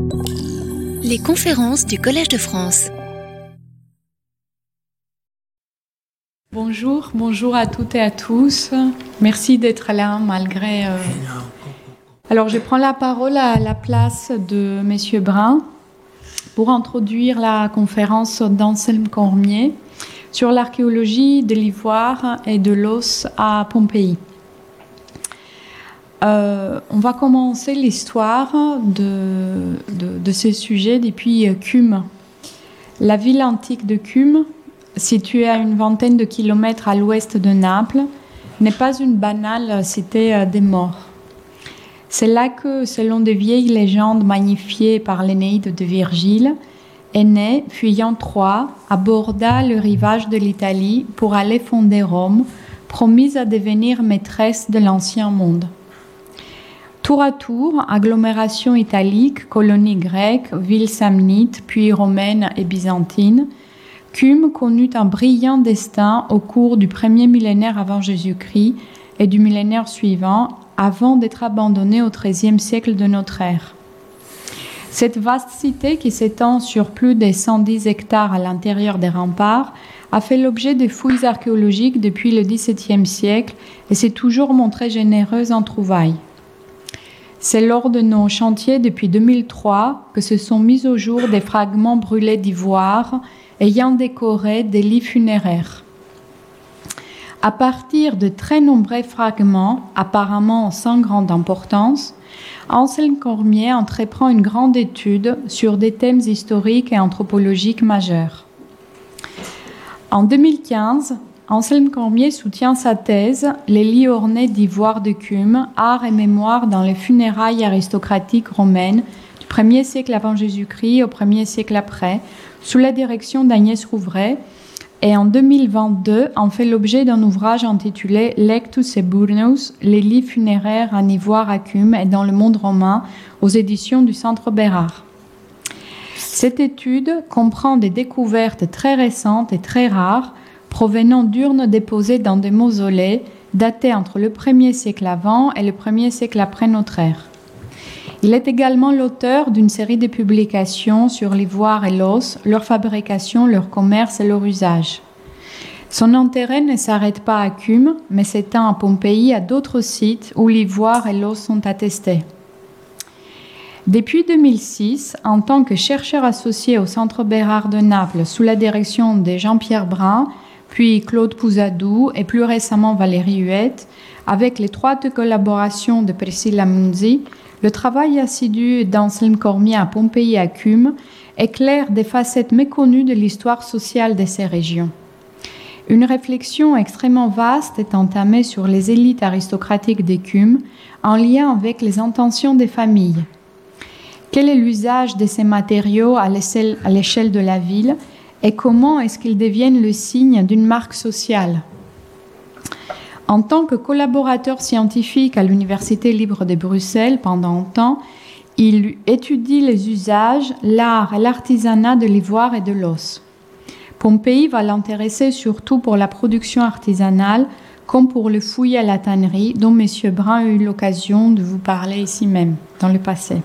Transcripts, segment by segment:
Les conférences du Collège de France. Bonjour à toutes et à tous. Merci d'être là malgré... Alors je prends la parole à la place de M. Brun pour introduire la conférence d'Anselme Cormier sur l'archéologie de l'ivoire et de l'os à Pompéi. On va commencer l'histoire de ces sujets depuis Cumes. La ville antique de Cumes, située à une vingtaine de kilomètres à l'ouest de Naples, n'est pas une banale cité des morts. C'est là que, selon de vieilles légendes magnifiées par l'Énéide de Virgile, Énée, fuyant Troie, aborda le rivage de l'Italie pour aller fonder Rome, promise à devenir maîtresse de l'ancien monde. Tour à tour, agglomération italique, colonie grecque, ville samnite, puis romaine et byzantine, Cumes connut un brillant destin au cours du premier millénaire avant Jésus-Christ et du millénaire suivant, avant d'être abandonné au XIIIe siècle de notre ère. Cette vaste cité, qui s'étend sur plus de 110 hectares à l'intérieur des remparts, a fait l'objet de fouilles archéologiques depuis le XVIIe siècle et s'est toujours montrée généreuse en trouvailles. C'est lors de nos chantiers depuis 2003 que se sont mis au jour des fragments brûlés d'ivoire ayant décoré des lits funéraires. À partir de très nombreux fragments, apparemment sans grande importance, Anselme Cormier entreprend une grande étude sur des thèmes historiques et anthropologiques majeurs. En 2015, Anselme Cormier soutient sa thèse « Les lits ornés d'ivoire de Cumes, art et mémoire dans les funérailles aristocratiques romaines du 1er siècle avant Jésus-Christ au 1er siècle après », sous la direction d'Agnès Rouvray, et en 2022 en fait l'objet d'un ouvrage intitulé « Lectus et Burnus, les lits funéraires en ivoire à Cumes et dans le monde romain » aux éditions du Centre Bérard. Cette étude comprend des découvertes très récentes et très rares provenant d'urnes déposées dans des mausolées datés entre le 1er siècle avant et le 1er siècle après notre ère. Il est également l'auteur d'une série de publications sur l'ivoire et l'os, leur fabrication, leur commerce et leur usage. Son intérêt ne s'arrête pas à Cumes, mais s'étend à Pompéi à d'autres sites où l'ivoire et l'os sont attestés. Depuis 2006, en tant que chercheur associé au Centre Bérard de Naples sous la direction de Jean-Pierre Brun, puis Claude Pousadou et plus récemment Valérie Huette, avec l'étroite collaboration de Priscilla Munzi, le travail assidu d'Anselme Cormier à Pompéi et à Cumes éclaire des facettes méconnues de l'histoire sociale de ces régions. Une réflexion extrêmement vaste est entamée sur les élites aristocratiques des Cumes en lien avec les intentions des familles. Quel est l'usage de ces matériaux à l'échelle de la ville et comment est-ce qu'ils deviennent le signe d'une marque sociale ? En tant que collaborateur scientifique à l'Université libre de Bruxelles pendant un temps, il étudie les usages, l'art et l'artisanat de l'ivoire et de l'os. Pompéi va l'intéresser surtout pour la production artisanale, comme pour le fouillis à la tannerie, dont M. Brun a eu l'occasion de vous parler ici même, dans le passé.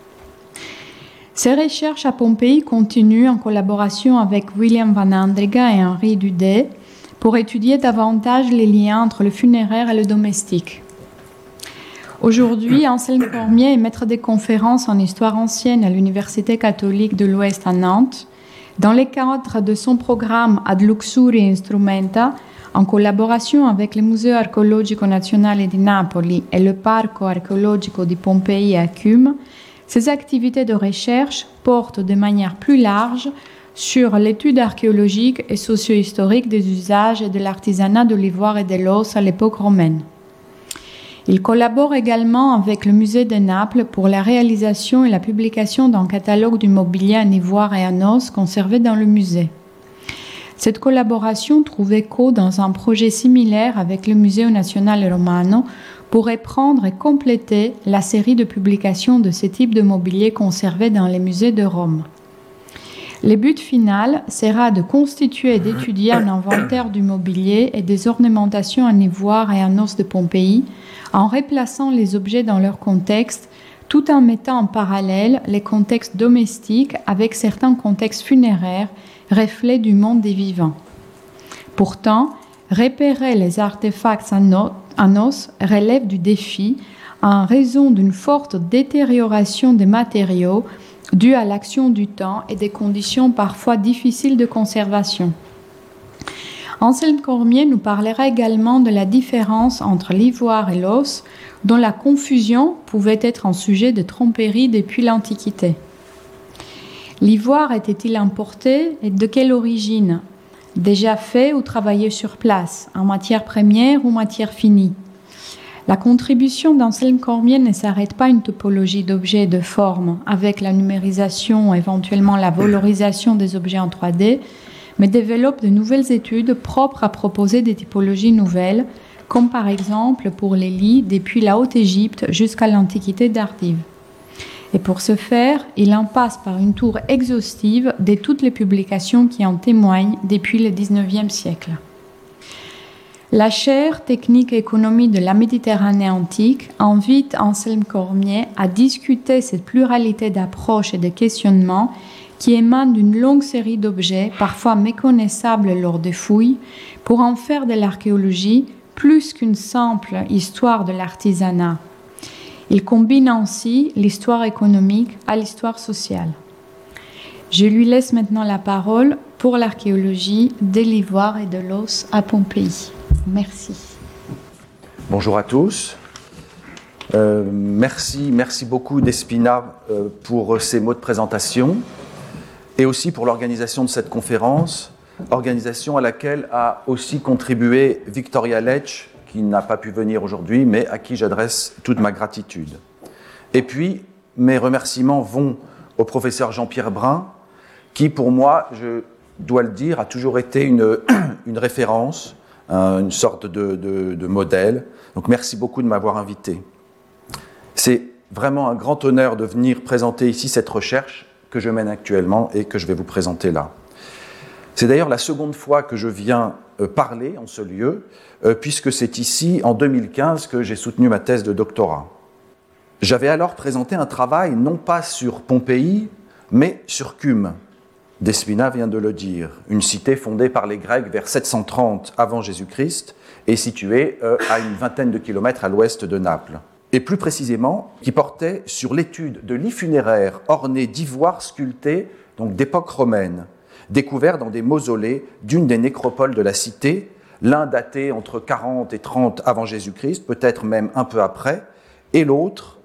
Ses recherches à Pompéi continuent en collaboration avec William Van Andrega et Henri Dudet, pour étudier davantage les liens entre le funéraire et le domestique. Aujourd'hui, Anselme Cormier est maître des conférences en histoire ancienne à l'Université catholique de l'Ouest à Nantes, dans le cadre de son programme Ad Luxuria Instrumenta, en collaboration avec le Museo Archeologico Nazionale di Napoli et le Parco Archeologico di Pompei à Cumes. Ces activités de recherche portent de manière plus large sur l'étude archéologique et socio-historique des usages et de l'artisanat de l'ivoire et de l'os à l'époque romaine. Il collabore également avec le musée de Naples pour la réalisation et la publication d'un catalogue du mobilier en ivoire et en os conservé dans le musée. Cette collaboration trouve écho dans un projet similaire avec le Museo Nazionale Romano pour reprendre et compléter la série de publications de ce type de mobilier conservé dans les musées de Rome. Le but final sera de constituer et d'étudier un inventaire du mobilier et des ornementations en ivoire et en os de Pompéi, en replaçant les objets dans leur contexte, tout en mettant en parallèle les contextes domestiques avec certains contextes funéraires, reflets du monde des vivants. Pourtant, repérer les artefacts en os relève du défi en raison d'une forte détérioration des matériaux due à l'action du temps et des conditions parfois difficiles de conservation. Anselme Cormier nous parlera également de la différence entre l'ivoire et l'os, dont la confusion pouvait être un sujet de tromperie depuis l'Antiquité. L'ivoire était-il importé et de quelle origine? Déjà fait ou travaillé sur place, en matière première ou matière finie? La contribution d'Anselme Cormier ne s'arrête pas à une topologie d'objets et de formes, avec la numérisation, éventuellement la valorisation des objets en 3D, mais développe de nouvelles études propres à proposer des typologies nouvelles, comme par exemple pour les lits depuis la Haute-Égypte jusqu'à l'Antiquité tardive. Et pour ce faire, il en passe par une tour exhaustive de toutes les publications qui en témoignent depuis le XIXe siècle. La chaire Technique et économie de la Méditerranée antique invite Anselme Cormier à discuter cette pluralité d'approches et de questionnements qui émanent d'une longue série d'objets, parfois méconnaissables lors des fouilles, pour en faire de l'archéologie plus qu'une simple histoire de l'artisanat. Il combine ainsi l'histoire économique à l'histoire sociale. Je lui laisse maintenant la parole pour l'archéologie de l'ivoire et de l'os à Pompéi. Merci. Bonjour à tous. Merci beaucoup Despina pour ces mots de présentation et aussi pour l'organisation de cette conférence, organisation à laquelle a aussi contribué Victoria Lech, qui n'a pas pu venir aujourd'hui, mais à qui j'adresse toute ma gratitude. Et puis, mes remerciements vont au professeur Jean-Pierre Brun, qui pour moi, je dois le dire, a toujours été une référence, une sorte de modèle. Donc merci beaucoup de m'avoir invité. C'est vraiment un grand honneur de venir présenter ici cette recherche que je mène actuellement et que je vais vous présenter là. C'est d'ailleurs la seconde fois que je viens parler en ce lieu, puisque c'est ici, en 2015, que j'ai soutenu ma thèse de doctorat. J'avais alors présenté un travail non pas sur Pompéi, mais sur Cumes. Despina vient de le dire, une cité fondée par les Grecs vers 730 avant Jésus-Christ et située à une vingtaine de kilomètres à l'ouest de Naples. Et plus précisément, qui portait sur l'étude de lits funéraires ornés d'ivoire sculpté, donc d'époque romaine, découverts dans des mausolées d'une des nécropoles de la cité, l'un daté entre 40 et 30 avant Jésus-Christ, peut-être même un peu après, et l'autre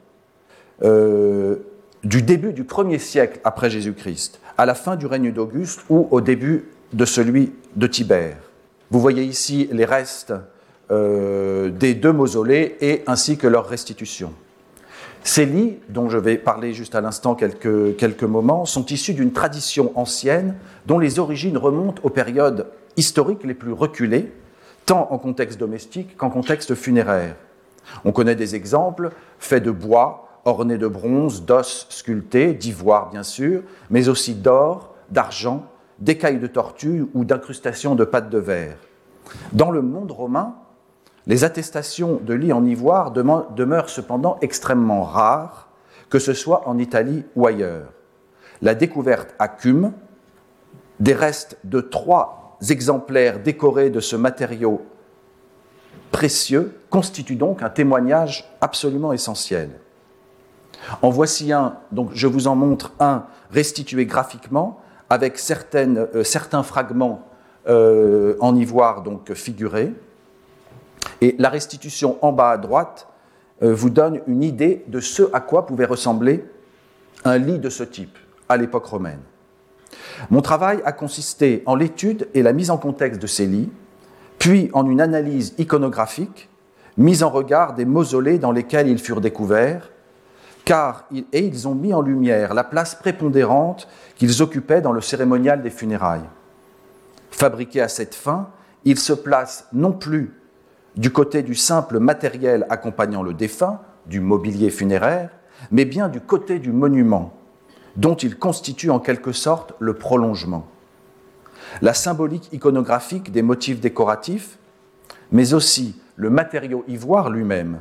du début du 1er siècle après Jésus-Christ, à la fin du règne d'Auguste ou au début de celui de Tibère. Vous voyez ici les restes des deux mausolées et ainsi que leur restitution. Ces lits, dont je vais parler juste à l'instant quelques moments, sont issus d'une tradition ancienne dont les origines remontent aux périodes historiques les plus reculées, tant en contexte domestique qu'en contexte funéraire. On connaît des exemples faits de bois, ornés de bronze, d'os sculptés, d'ivoire bien sûr, mais aussi d'or, d'argent, d'écailles de tortue ou d'incrustations de pâte de verre. Dans le monde romain, les attestations de lits en ivoire demeurent cependant extrêmement rares, que ce soit en Italie ou ailleurs. La découverte à Cumes des restes de 3 exemplaires décorés de ce matériau précieux constitue donc un témoignage absolument essentiel. En voici un, donc je vous en montre un restitué graphiquement avec certains fragments en ivoire donc figurés. Et la restitution en bas à droite vous donne une idée de ce à quoi pouvait ressembler un lit de ce type à l'époque romaine. Mon travail a consisté en l'étude et la mise en contexte de ces lits, puis en une analyse iconographique, mise en regard des mausolées dans lesquels ils furent découverts, car ils ont mis en lumière la place prépondérante qu'ils occupaient dans le cérémonial des funérailles. Fabriqués à cette fin, ils se placent non plus du côté du simple matériel accompagnant le défunt, du mobilier funéraire, mais bien du côté du monument, dont ils constituent en quelque sorte le prolongement. La symbolique iconographique des motifs décoratifs, mais aussi le matériau ivoire lui-même,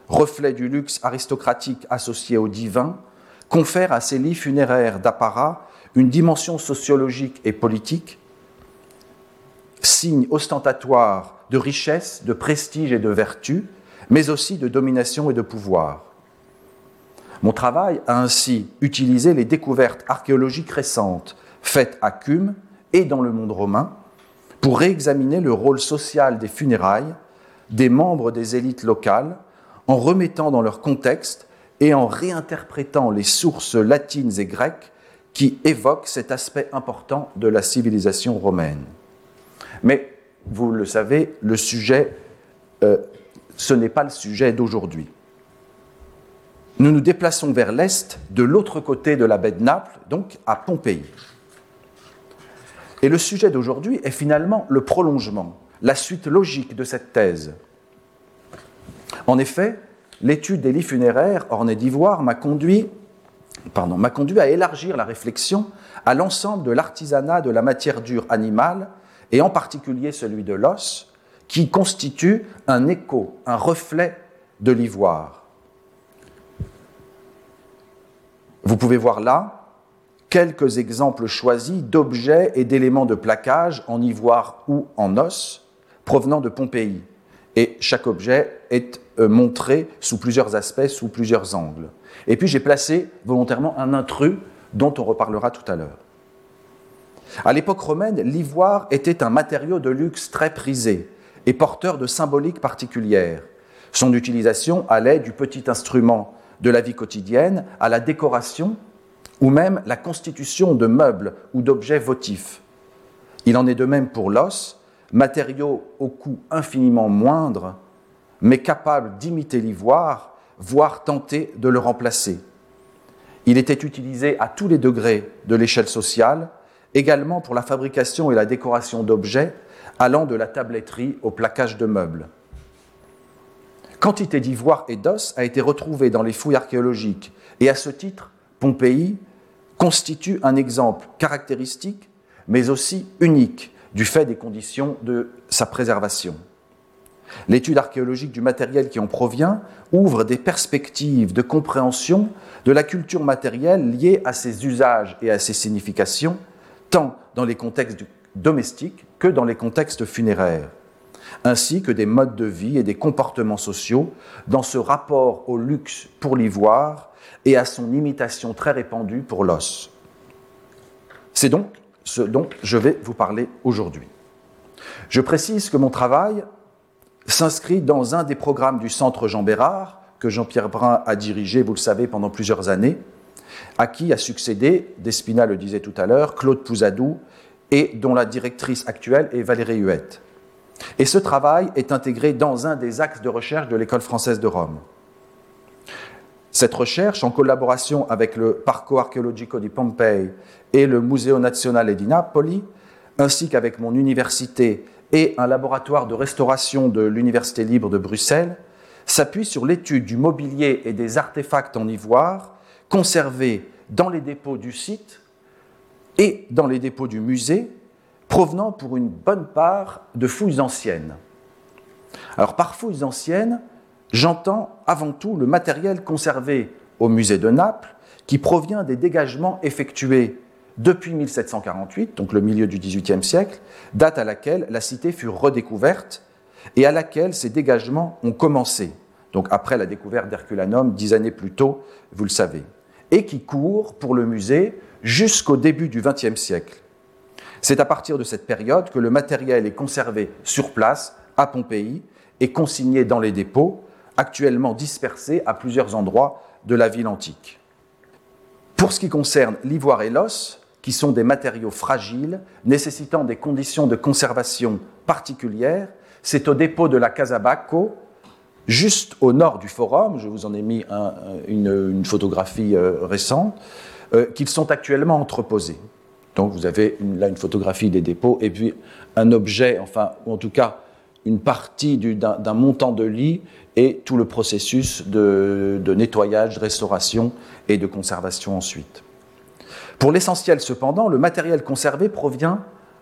reflet du luxe aristocratique associé au divin, confère à ces lits funéraires d'apparat une dimension sociologique et politique, signe ostentatoire de richesse, de prestige et de vertu, mais aussi de domination et de pouvoir. Mon travail a ainsi utilisé les découvertes archéologiques récentes faites à Cumes et dans le monde romain pour réexaminer le rôle social des funérailles, des membres des élites locales, en remettant dans leur contexte et en réinterprétant les sources latines et grecques qui évoquent cet aspect important de la civilisation romaine. Mais, vous le savez, le sujet, ce n'est pas le sujet d'aujourd'hui. Nous nous déplaçons vers l'est, de l'autre côté de la baie de Naples, donc à Pompéi. Et le sujet d'aujourd'hui est finalement le prolongement, la suite logique de cette thèse. En effet, l'étude des lits funéraires ornés d'ivoire m'a conduit à élargir la réflexion à l'ensemble de l'artisanat de la matière dure animale, et en particulier celui de l'os, qui constitue un écho, un reflet de l'ivoire. Vous pouvez voir là quelques exemples choisis d'objets et d'éléments de plaquage en ivoire ou en os provenant de Pompéi. Et chaque objet est montré sous plusieurs aspects, sous plusieurs angles. Et puis j'ai placé volontairement un intrus dont on reparlera tout à l'heure. À l'époque romaine, l'ivoire était un matériau de luxe très prisé et porteur de symboliques particulières. Son utilisation allait du petit instrument de la vie quotidienne à la décoration ou même la constitution de meubles ou d'objets votifs. Il en est de même pour l'os, matériau au coût infiniment moindre, mais capable d'imiter l'ivoire, voire tenter de le remplacer. Il était utilisé à tous les degrés de l'échelle sociale, également pour la fabrication et la décoration d'objets, allant de la tabletterie au plaquage de meubles. Quantité d'ivoire et d'os a été retrouvée dans les fouilles archéologiques, et à ce titre, Pompéi constitue un exemple caractéristique, mais aussi unique, du fait des conditions de sa préservation. L'étude archéologique du matériel qui en provient ouvre des perspectives de compréhension de la culture matérielle liée à ses usages et à ses significations, tant dans les contextes domestiques que dans les contextes funéraires, ainsi que des modes de vie et des comportements sociaux dans ce rapport au luxe pour l'ivoire et à son imitation très répandue pour l'os. C'est donc ce dont je vais vous parler aujourd'hui. Je précise que mon travail s'inscrit dans un des programmes du Centre Jean Bérard, que Jean-Pierre Brun a dirigé, vous le savez, pendant plusieurs années, à qui a succédé, Despina le disait tout à l'heure, Claude Pouzadou, et dont la directrice actuelle est Valérie Huette. Et ce travail est intégré dans un des axes de recherche de l'École française de Rome. Cette recherche, en collaboration avec le Parco Archeologico di Pompei et le Museo Nazionale di Napoli, ainsi qu'avec mon université et un laboratoire de restauration de l'Université libre de Bruxelles, s'appuie sur l'étude du mobilier et des artefacts en ivoire conservés dans les dépôts du site et dans les dépôts du musée, provenant pour une bonne part de fouilles anciennes. Alors par fouilles anciennes, j'entends avant tout le matériel conservé au musée de Naples, qui provient des dégagements effectués depuis 1748, donc le milieu du XVIIIe siècle, date à laquelle la cité fut redécouverte et à laquelle ces dégagements ont commencé, donc après la découverte d'Herculanum 10 années plus tôt, vous le savez, et qui court pour le musée jusqu'au début du XXe siècle. C'est à partir de cette période que le matériel est conservé sur place, à Pompéi, et consigné dans les dépôts, actuellement dispersés à plusieurs endroits de la ville antique. Pour ce qui concerne l'ivoire et l'os, qui sont des matériaux fragiles, nécessitant des conditions de conservation particulières, c'est au dépôt de la Casa Bacco, juste au nord du forum, je vous en ai mis une photographie récente, qu'ils sont actuellement entreposés. Donc vous avez là une photographie des dépôts et puis un objet, enfin, ou en tout cas une partie d'un montant de lit et tout le processus de nettoyage, de restauration et de conservation ensuite. Pour l'essentiel, cependant, le matériel conservé provient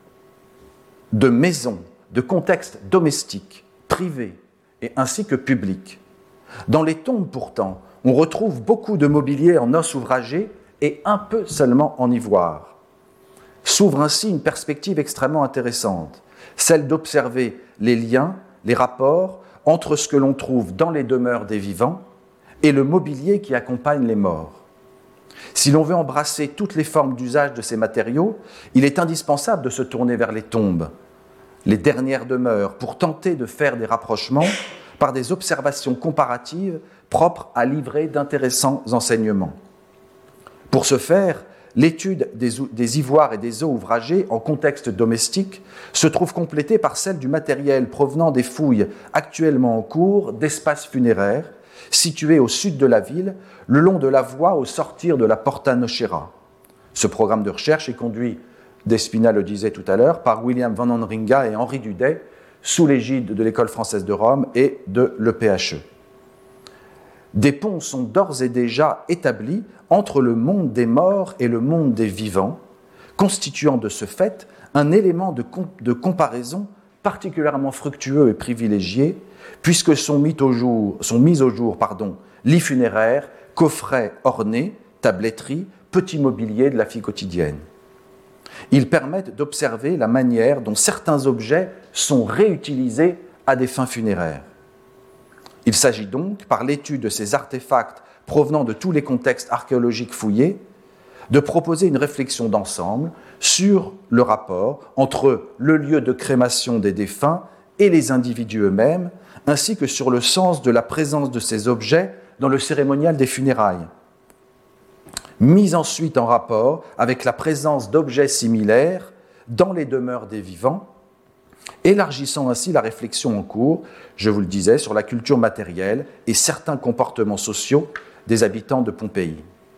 de maisons, de contextes domestiques, privés et ainsi que publics. Dans les tombes, pourtant, on retrouve beaucoup de mobilier en os ouvragé et un peu seulement en ivoire. S'ouvre ainsi une perspective extrêmement intéressante, celle d'observer les liens, les rapports entre ce que l'on trouve dans les demeures des vivants et le mobilier qui accompagne les morts. Si l'on veut embrasser toutes les formes d'usage de ces matériaux, il est indispensable de se tourner vers les tombes, les dernières demeures, pour tenter de faire des rapprochements par des observations comparatives propres à livrer d'intéressants enseignements. Pour ce faire, l'étude des ivoires et des os ouvragés en contexte domestique se trouve complétée par celle du matériel provenant des fouilles actuellement en cours d'espaces funéraires situés au sud de la ville, le long de la voie au sortir de la Porta Nocera. Ce programme de recherche est conduit, Despina le disait tout à l'heure, par William Van Andringa et Henri Dudet, sous l'égide de l'École française de Rome et de l'EPHE. Des ponts sont d'ores et déjà établis entre le monde des morts et le monde des vivants, constituant de ce fait un élément de comparaison particulièrement fructueux et privilégié, puisque sont mis au jour lits funéraires, coffrets ornés, tabletteries, petits mobiliers de la vie quotidienne. Ils permettent d'observer la manière dont certains objets sont réutilisés à des fins funéraires. Il s'agit donc, par l'étude de ces artefacts provenant de tous les contextes archéologiques fouillés, de proposer une réflexion d'ensemble sur le rapport entre le lieu de crémation des défunts et les individus eux-mêmes, ainsi que sur le sens de la présence de ces objets dans le cérémonial des funérailles. Mis ensuite en rapport avec la présence d'objets similaires dans les demeures des vivants, élargissant ainsi la réflexion en cours, je vous le disais, sur la culture matérielle et certains comportements sociaux des habitants de Pompéi.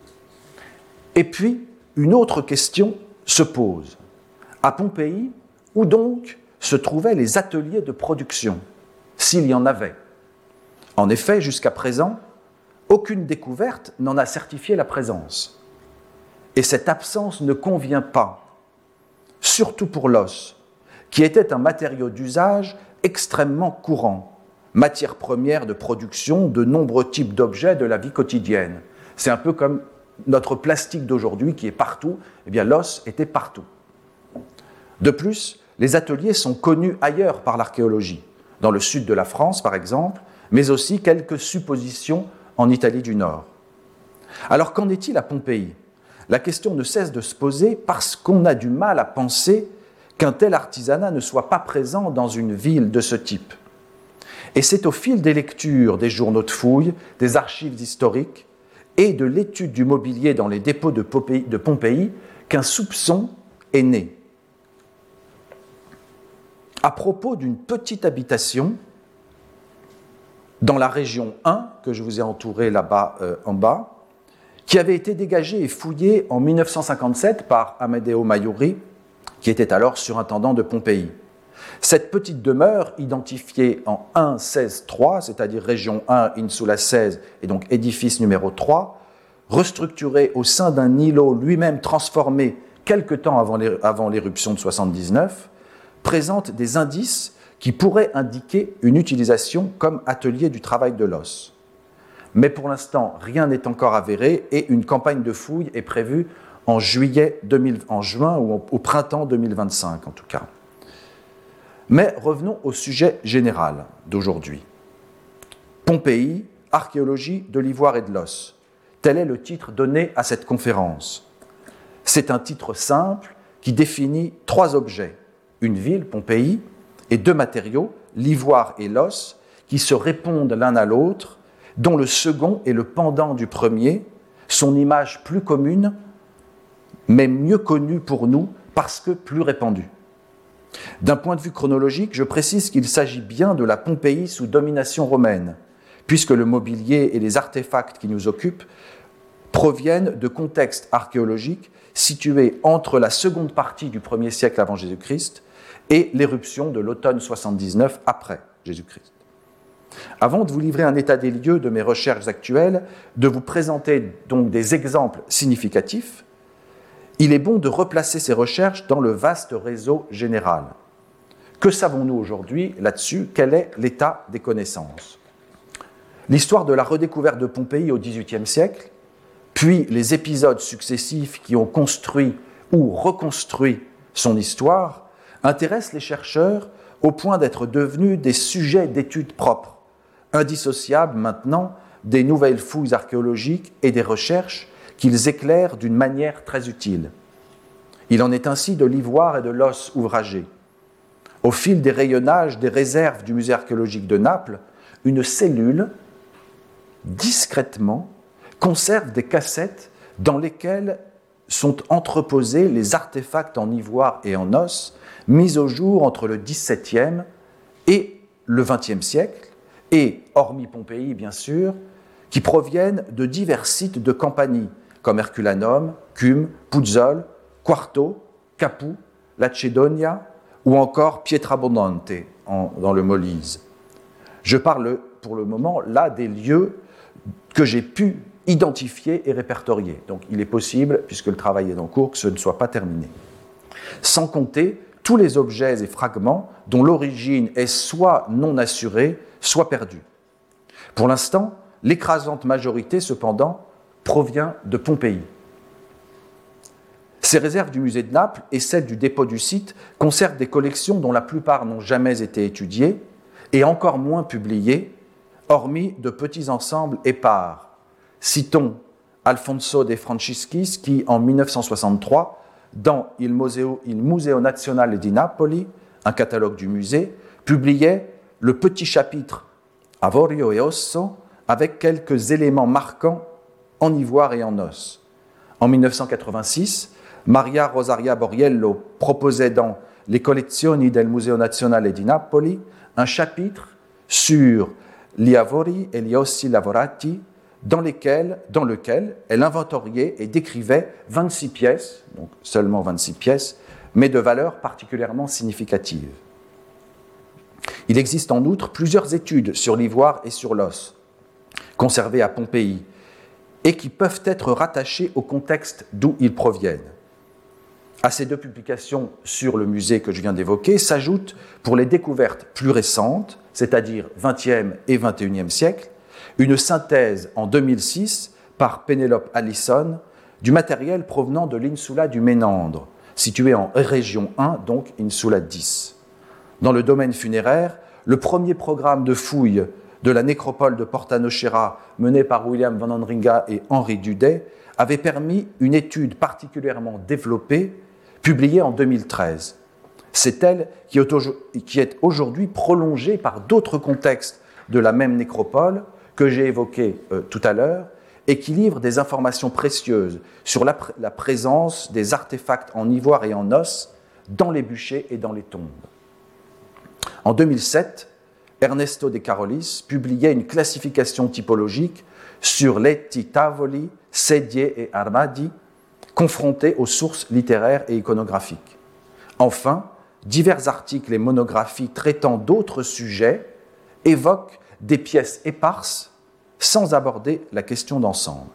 Et puis, une autre question se pose. À Pompéi, où donc se trouvaient les ateliers de production, s'il y en avait? En effet, jusqu'à présent, aucune découverte n'en a certifié la présence. Et cette absence ne convient pas, surtout pour l'os, qui était un matériau d'usage extrêmement courant, matière première de production de nombreux types d'objets de la vie quotidienne. C'est un peu comme notre plastique d'aujourd'hui qui est partout, eh bien l'os était partout. De plus, les ateliers sont connus ailleurs par l'archéologie, dans le sud de la France par exemple, mais aussi quelques suppositions en Italie du Nord. Alors qu'en est-il à Pompéi? La question ne cesse de se poser parce qu'on a du mal à penser qu'un tel artisanat ne soit pas présent dans une ville de ce type. Et c'est au fil des lectures des journaux de fouilles, des archives historiques et de l'étude du mobilier dans les dépôts de Pompéi qu'un soupçon est né. À propos d'une petite habitation dans la région 1, que je vous ai entourée là-bas en bas, qui avait été dégagée et fouillée en 1957 par Amedeo Maiuri, qui était alors surintendant de Pompéi. Cette petite demeure, identifiée en 1-16-3, c'est-à-dire région 1, Insula 16, et donc édifice numéro 3, restructurée au sein d'un îlot lui-même transformé quelque temps avant l'éruption de 79, présente des indices qui pourraient indiquer une utilisation comme atelier du travail de l'os. Mais pour l'instant, rien n'est encore avéré et une campagne de fouilles est prévue en juin ou au printemps 2025 en tout cas. Mais revenons au sujet général d'aujourd'hui. Pompéi, archéologie de l'ivoire et de l'os. Tel est le titre donné à cette conférence. C'est un titre simple qui définit 3 objets, une ville, Pompéi, et 2 matériaux, l'ivoire et l'os, qui se répondent l'un à l'autre, dont le second est le pendant du premier, son image plus commune, mais mieux connue pour nous parce que plus répandue. D'un point de vue chronologique, je précise qu'il s'agit bien de la Pompéi sous domination romaine, puisque le mobilier et les artefacts qui nous occupent proviennent de contextes archéologiques situés entre la seconde partie du 1er siècle avant Jésus-Christ et l'éruption de l'automne 79 après Jésus-Christ. Avant de vous livrer un état des lieux de mes recherches actuelles, de vous présenter donc des exemples significatifs, il est bon de replacer ces recherches dans le vaste réseau général. Que savons-nous aujourd'hui là-dessus? Quel est l'état des connaissances? L'histoire de la redécouverte de Pompéi au XVIIIe siècle, puis les épisodes successifs qui ont construit ou reconstruit son histoire, intéressent les chercheurs au point d'être devenus des sujets d'études propres, indissociables maintenant des nouvelles fouilles archéologiques et des recherches qu'ils éclairent d'une manière très utile. Il en est ainsi de l'ivoire et de l'os ouvragé. Au fil des rayonnages des réserves du musée archéologique de Naples, une cellule, discrètement, conserve des cassettes dans lesquelles sont entreposés les artefacts en ivoire et en os mis au jour entre le XVIIe et le XXe siècle, et, hormis Pompéi bien sûr, qui proviennent de divers sites de Campanie, comme Herculanum, Cume, Puzzol, Quarto, Capu, Lacedonia ou encore Pietrabondante dans le Molise. Je parle pour le moment là des lieux que j'ai pu identifier et répertorier. Donc il est possible, puisque le travail est en cours, que ce ne soit pas terminé. Sans compter tous les objets et fragments dont l'origine est soit non assurée, soit perdue. Pour l'instant, l'écrasante majorité, cependant, provient de Pompéi. Ces réserves du musée de Naples et celles du dépôt du site conservent des collections dont la plupart n'ont jamais été étudiées et encore moins publiées, hormis de petits ensembles épars. Citons Alfonso de Franciscis qui, en 1963, dans Il Museo Nazionale di Napoli, un catalogue du musée, publiait le petit chapitre Avorio e Osso avec quelques éléments marquants en ivoire et en os. En 1986, Maria Rosaria Borriello proposait dans Les Collezioni del Museo Nazionale di Napoli un chapitre sur gli avori e gli ossi lavorati dans lequel elle inventoriait et décrivait 26 pièces, donc seulement 26 pièces, mais de valeur particulièrement significative. Il existe en outre plusieurs études sur l'ivoire et sur l'os, conservées à Pompéi, et qui peuvent être rattachées au contexte d'où ils proviennent. À ces deux publications sur le musée que je viens d'évoquer s'ajoutent, pour les découvertes plus récentes, c'est-à-dire 20e et 21e siècle, une synthèse en 2006 par Penelope Allison du matériel provenant de l'Insula du Ménandre, situé en région 1, donc Insula 10. Dans le domaine funéraire, le premier programme de fouilles de la nécropole de Porta Nocera mené par William Van Andringa et Henri Dudet avait permis une étude particulièrement développée, publiée en 2013. C'est elle qui est aujourd'hui prolongée par d'autres contextes de la même nécropole que j'ai évoqué tout à l'heure et qui livre des informations précieuses sur la présence des artefacts en ivoire et en os dans les bûchers et dans les tombes. En 2007, Ernesto De Carolis publiait une classification typologique sur letti, tavoli, sedie et armadi, confrontés aux sources littéraires et iconographiques. Enfin, divers articles et monographies traitant d'autres sujets évoquent des pièces éparses sans aborder la question d'ensemble.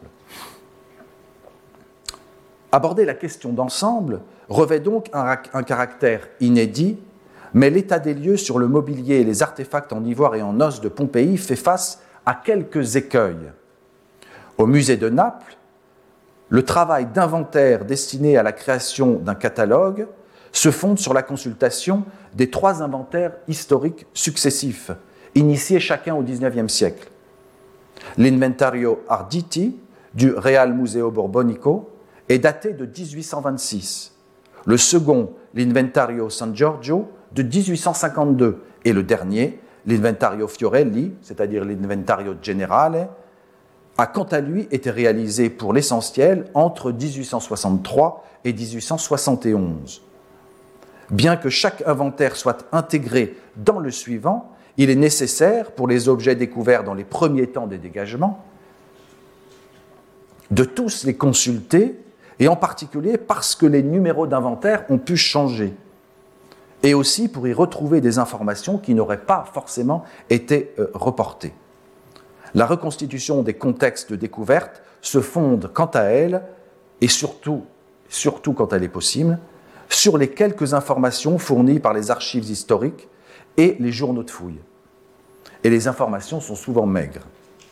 Aborder la question d'ensemble revêt donc un caractère inédit, mais l'état des lieux sur le mobilier et les artefacts en ivoire et en os de Pompéi fait face à quelques écueils. Au musée de Naples, le travail d'inventaire destiné à la création d'un catalogue se fonde sur la consultation des 3 inventaires historiques successifs, initiés chacun au XIXe siècle. L'Inventario Arditi du Real Museo Borbonico est daté de 1826, le second, l'Inventario San Giorgio, de 1852, et le dernier, l'Inventario Fiorelli, c'est-à-dire l'Inventario Generale, a quant à lui été réalisé pour l'essentiel entre 1863 et 1871. Bien que chaque inventaire soit intégré dans le suivant, il est nécessaire, pour les objets découverts dans les premiers temps des dégagements, de tous les consulter, et en particulier parce que les numéros d'inventaire ont pu changer, et aussi pour y retrouver des informations qui n'auraient pas forcément été reportées. La reconstitution des contextes de découverte se fonde quant à elle, et surtout quand elle est possible, sur les quelques informations fournies par les archives historiques et les journaux de fouilles. Et les informations sont souvent maigres.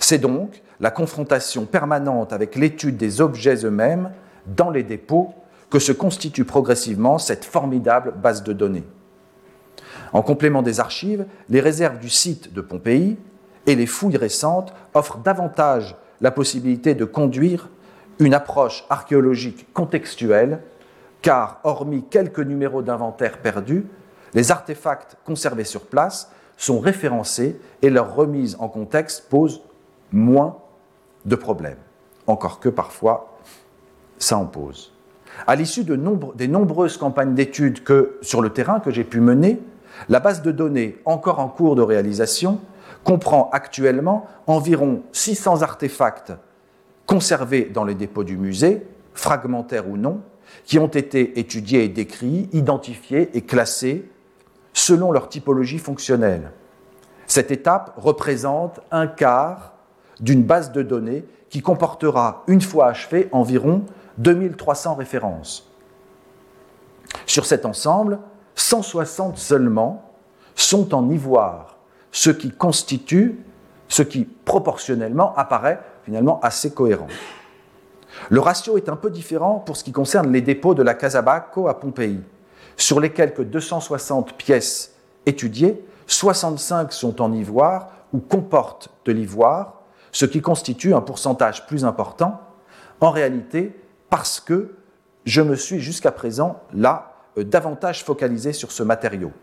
C'est donc la confrontation permanente avec l'étude des objets eux-mêmes dans les dépôts que se constitue progressivement cette formidable base de données. En complément des archives, les réserves du site de Pompéi et les fouilles récentes offrent davantage la possibilité de conduire une approche archéologique contextuelle, car, hormis quelques numéros d'inventaire perdus, les artefacts conservés sur place sont référencés et leur remise en contexte pose moins de problèmes, encore que parfois ça en pose. À l'issue des nombreuses campagnes d'études sur le terrain que j'ai pu mener, la base de données encore en cours de réalisation comprend actuellement environ 600 artefacts conservés dans les dépôts du musée, fragmentaires ou non, qui ont été étudiés et décrits, identifiés et classés selon leur typologie fonctionnelle. Cette étape représente un quart d'une base de données qui comportera, une fois achevée, environ 2300 références. Sur cet ensemble, 160 seulement sont en ivoire, ce qui proportionnellement apparaît finalement assez cohérent. Le ratio est un peu différent pour ce qui concerne les dépôts de la Casa Bacco à Pompéi. Sur les quelques 260 pièces étudiées, 65 sont en ivoire ou comportent de l'ivoire, ce qui constitue un pourcentage plus important, en réalité parce que je me suis jusqu'à présent là davantage focalisé sur ce matériau.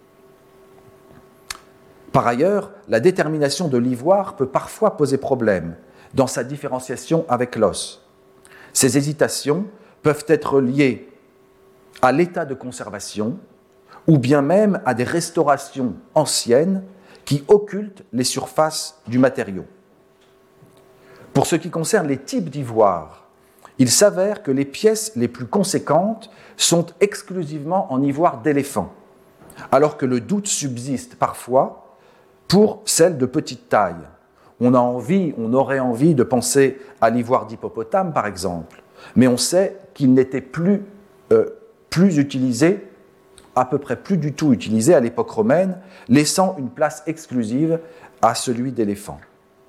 Par ailleurs, la détermination de l'ivoire peut parfois poser problème dans sa différenciation avec l'os. Ces hésitations peuvent être liées à l'état de conservation ou bien même à des restaurations anciennes qui occultent les surfaces du matériau. Pour ce qui concerne les types d'ivoire, il s'avère que les pièces les plus conséquentes sont exclusivement en ivoire d'éléphant, alors que le doute subsiste parfois pour celles de petite taille. On aurait envie de penser à l'ivoire d'hippopotame, par exemple, mais on sait qu'il n'était plus utilisé, à peu près plus du tout utilisé à l'époque romaine, laissant une place exclusive à celui d'éléphant.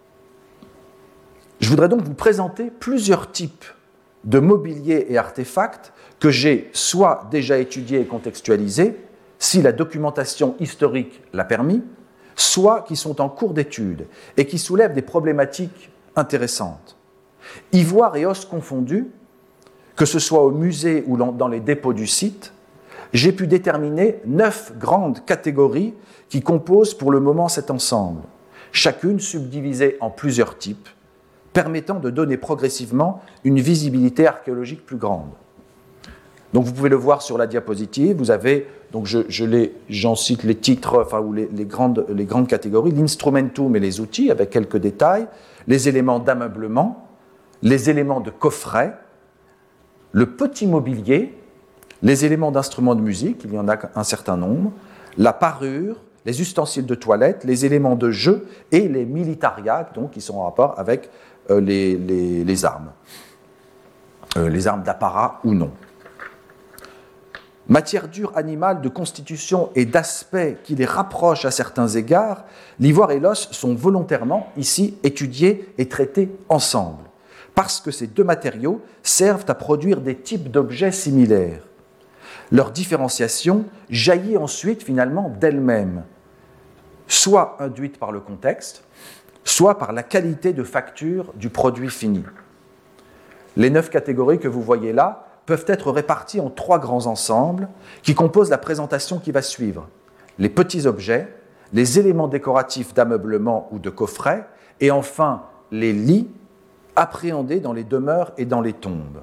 Je voudrais donc vous présenter plusieurs types de mobilier et artefacts que j'ai soit déjà étudiés et contextualisés, si la documentation historique l'a permis, soit qui sont en cours d'étude et qui soulèvent des problématiques intéressantes. Ivoire et os confondus, que ce soit au musée ou dans les dépôts du site, j'ai pu déterminer 9 grandes catégories qui composent pour le moment cet ensemble, chacune subdivisée en plusieurs types, permettant de donner progressivement une visibilité archéologique plus grande. Donc vous pouvez le voir sur la diapositive, vous avez, donc j'en cite les titres, enfin, ou les grandes catégories, l'instrumentum et les outils, avec quelques détails, les éléments d'ameublement, les éléments de coffret, le petit mobilier, les éléments d'instruments de musique, il y en a un certain nombre, la parure, les ustensiles de toilette, les éléments de jeu et les militariats, donc, qui sont en rapport avec les armes d'apparat ou non. Matière dure animale de constitution et d'aspect qui les rapproche à certains égards, l'ivoire et l'os sont volontairement ici étudiés et traités ensemble, parce que ces deux matériaux servent à produire des types d'objets similaires. Leur différenciation jaillit ensuite finalement d'elle-même, soit induite par le contexte, soit par la qualité de facture du produit fini. Les 9 catégories que vous voyez là peuvent être réparties en 3 grands ensembles qui composent la présentation qui va suivre. Les petits objets, les éléments décoratifs d'ameublement ou de coffret, et enfin les lits appréhendés dans les demeures et dans les tombes.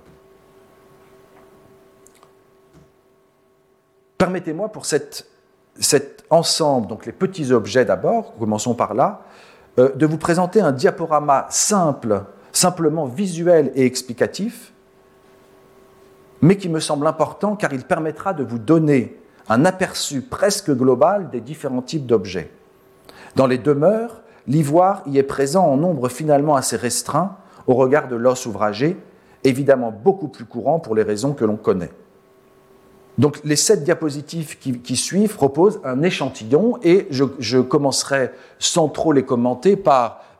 Permettez-moi pour cet ensemble, donc les petits objets d'abord, commençons par là, de vous présenter un diaporama simplement visuel et explicatif, mais qui me semble important car il permettra de vous donner un aperçu presque global des différents types d'objets. Dans les demeures, l'ivoire y est présent en nombre finalement assez restreint au regard de l'os ouvragé, évidemment beaucoup plus courant pour les raisons que l'on connaît. Donc les 7 diapositives qui suivent proposent un échantillon et je commencerai sans trop les commenter par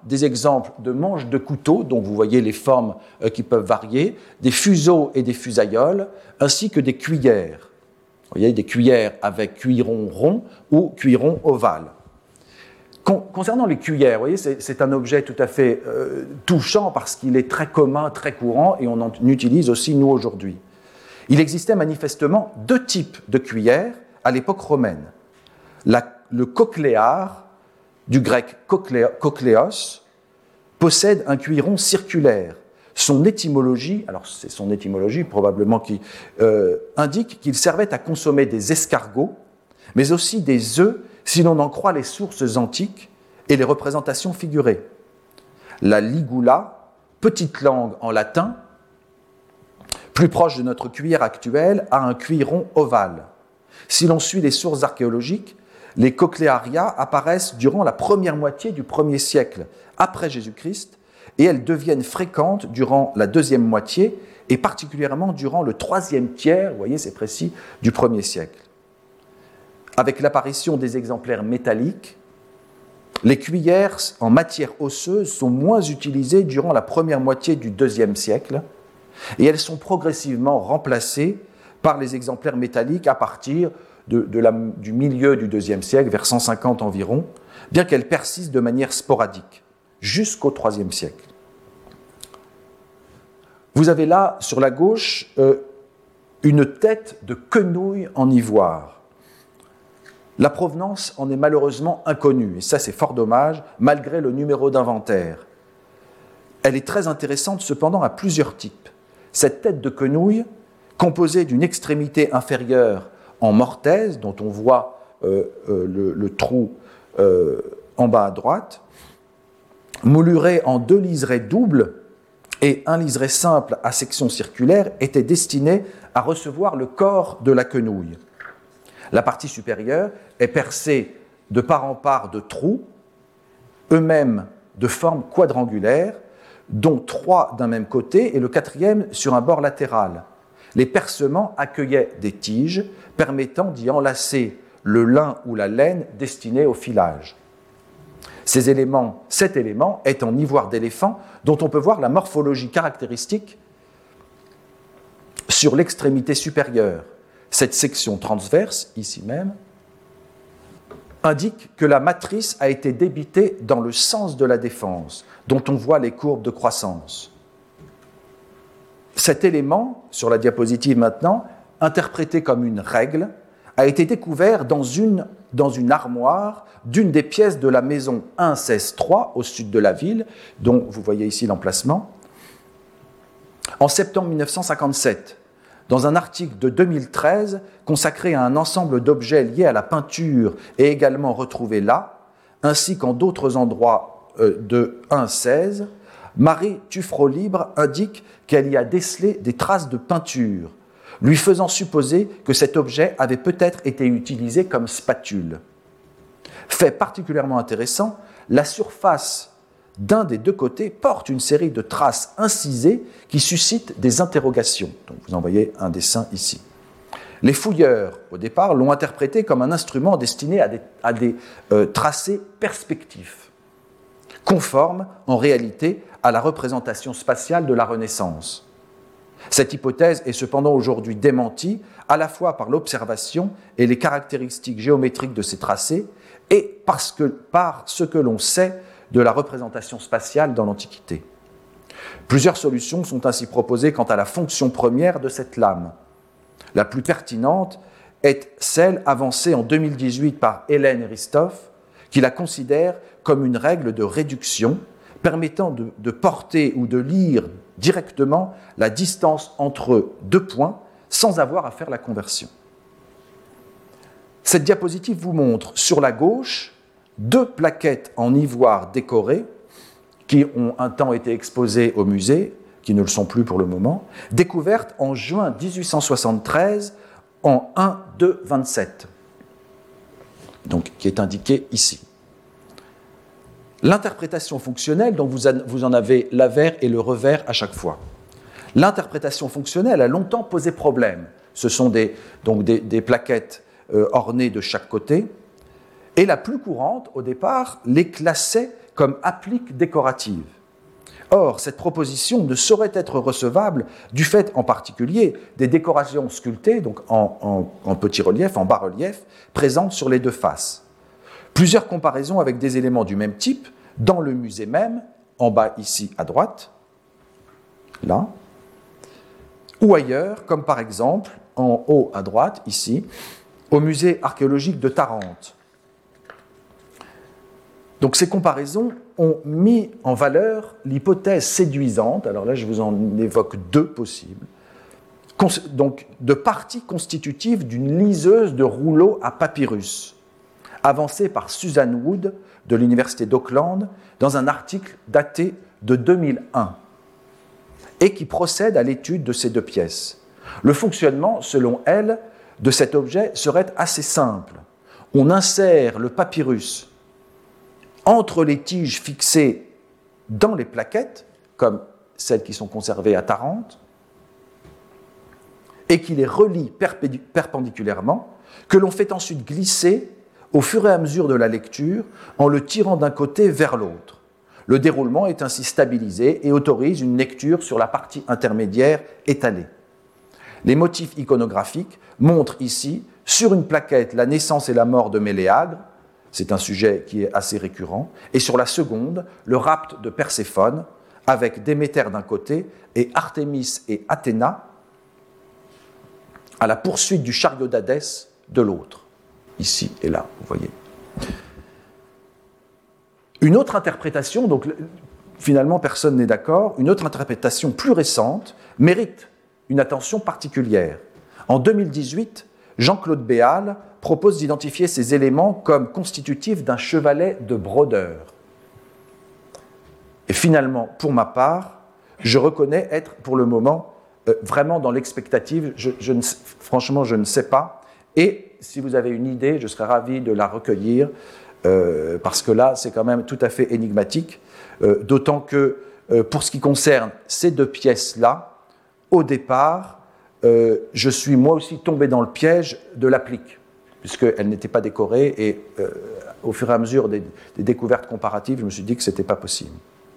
des exemples de manches de couteau, dont vous voyez les formes qui peuvent varier, des fuseaux et des fusailloles, ainsi que des cuillères. Vous voyez, des cuillères avec cuiron rond ou cuiron ovale. Concernant les cuillères, vous voyez, c'est un objet tout à fait touchant parce qu'il est très commun, très courant, et on en utilise aussi nous aujourd'hui. Il existait manifestement deux types de cuillères à l'époque romaine. Le cochléar, du grec cochléos, possède un cuiron circulaire. Son étymologie, alors c'est son étymologie probablement qui indique qu'il servait à consommer des escargots, mais aussi des œufs si l'on en croit les sources antiques et les représentations figurées. La ligula, petite langue en latin, plus proche de notre cuillère actuelle, a un cuiron ovale. Si l'on suit les sources archéologiques, les cochléaria apparaissent durant la première moitié du 1er siècle après Jésus-Christ et elles deviennent fréquentes durant la deuxième moitié et particulièrement durant le 3e tiers, vous voyez c'est précis, du 1er siècle. Avec l'apparition des exemplaires métalliques, les cuillères en matière osseuse sont moins utilisées durant la première moitié du 2e siècle et elles sont progressivement remplacées par les exemplaires métalliques à partir du milieu du 2e siècle, vers 150 environ, bien qu'elles persistent de manière sporadique, jusqu'au 3e siècle. Vous avez là, sur la gauche, une tête de quenouille en ivoire. La provenance en est malheureusement inconnue, et ça c'est fort dommage, malgré le numéro d'inventaire. Elle est très intéressante cependant à plusieurs types. Cette tête de quenouille, composée d'une extrémité inférieure en mortaise, dont on voit le trou en bas à droite, moulurée en 2 liserés doubles et un liseret simple à section circulaire, était destinée à recevoir le corps de la quenouille. La partie supérieure est percée de part en part de trous, eux-mêmes de forme quadrangulaire, dont 3 d'un même côté et le 4e sur un bord latéral. Les percements accueillaient des tiges permettant d'y enlacer le lin ou la laine destinée au filage. Cet élément est en ivoire d'éléphant dont on peut voir la morphologie caractéristique sur l'extrémité supérieure. Cette section transverse, ici même, indique que la matrice a été débitée dans le sens de la défense, dont on voit les courbes de croissance. Cet élément, sur la diapositive maintenant, interprété comme une règle, a été découvert dans une armoire d'une des pièces de la maison 1-16-3 au sud de la ville, dont vous voyez ici l'emplacement, en septembre 1957, dans un article de 2013 consacré à un ensemble d'objets liés à la peinture et également retrouvés là, ainsi qu'en d'autres endroits de 1-16, Marie Tuffreau-Libre indique qu'elle y a décelé des traces de peinture, lui faisant supposer que cet objet avait peut-être été utilisé comme spatule. Fait particulièrement intéressant, la surface d'un des deux côtés porte une série de traces incisées qui suscitent des interrogations. Donc vous en voyez un dessin ici. Les fouilleurs, au départ, l'ont interprété comme un instrument destiné à des tracés perspectifs, conformes en réalité à la représentation spatiale de la Renaissance. Cette hypothèse est cependant aujourd'hui démentie à la fois par l'observation et les caractéristiques géométriques de ces tracés et par ce que l'on sait de la représentation spatiale dans l'Antiquité. Plusieurs solutions sont ainsi proposées quant à la fonction première de cette lame. La plus pertinente est celle avancée en 2018 par Hélène Ristoff, qui la considère comme une règle de réduction permettant de porter ou de lire directement la distance entre deux points sans avoir à faire la conversion. Cette diapositive vous montre sur la gauche 2 plaquettes en ivoire décorées qui ont un temps été exposées au musée, qui ne le sont plus pour le moment, découvertes en juin 1873 en 1-2-27, donc qui est indiqué ici. L'interprétation fonctionnelle, dont vous en avez l'avers et le revers à chaque fois. L'interprétation fonctionnelle a longtemps posé problème. Ce sont des plaquettes ornées de chaque côté, et la plus courante, au départ, les classait comme applique décorative. Or, cette proposition ne saurait être recevable du fait en particulier des décorations sculptées, donc en petit relief, en bas-relief, présentes sur les deux faces. Plusieurs comparaisons avec des éléments du même type, dans le musée même, en bas ici à droite, là, ou ailleurs, comme par exemple en haut à droite, ici, au musée archéologique de Tarente. Donc ces comparaisons ont mis en valeur l'hypothèse séduisante, alors là je vous en évoque deux possibles, donc de partie constitutive d'une liseuse de rouleaux à papyrus, avancée par Susan Wood de l'Université d'Auckland dans un article daté de 2001 et qui procède à l'étude de ces deux pièces. Le fonctionnement, selon elle, de cet objet serait assez simple. On insère le papyrus entre les tiges fixées dans les plaquettes, comme celles qui sont conservées à Tarente, et qui les relie perpendiculairement, que l'on fait ensuite glisser au fur et à mesure de la lecture en le tirant d'un côté vers l'autre. Le déroulement est ainsi stabilisé et autorise une lecture sur la partie intermédiaire étalée. Les motifs iconographiques montrent ici, sur une plaquette, la naissance et la mort de Méléagre, c'est un sujet qui est assez récurrent, et sur la seconde, le rapt de Perséphone, avec Déméter d'un côté et Artémis et Athéna à la poursuite du chariot d'Hadès de l'autre, ici et là, vous voyez. Une autre interprétation, donc finalement personne n'est d'accord, une autre interprétation plus récente mérite une attention particulière. En 2018, Jean-Claude Béal propose d'identifier ces éléments comme constitutifs d'un chevalet de brodeur. Et finalement, pour ma part, je reconnais être pour le moment vraiment dans l'expectative. Franchement, je ne sais pas. Et si vous avez une idée, je serais ravi de la recueillir, parce que là, c'est quand même tout à fait énigmatique, d'autant que pour ce qui concerne ces deux pièces-là, au départ, je suis moi aussi tombé dans le piège de l'applique, puisqu'elles n'étaient pas décorées, et au fur et à mesure des découvertes comparatives, je me suis dit que ce n'était pas possible.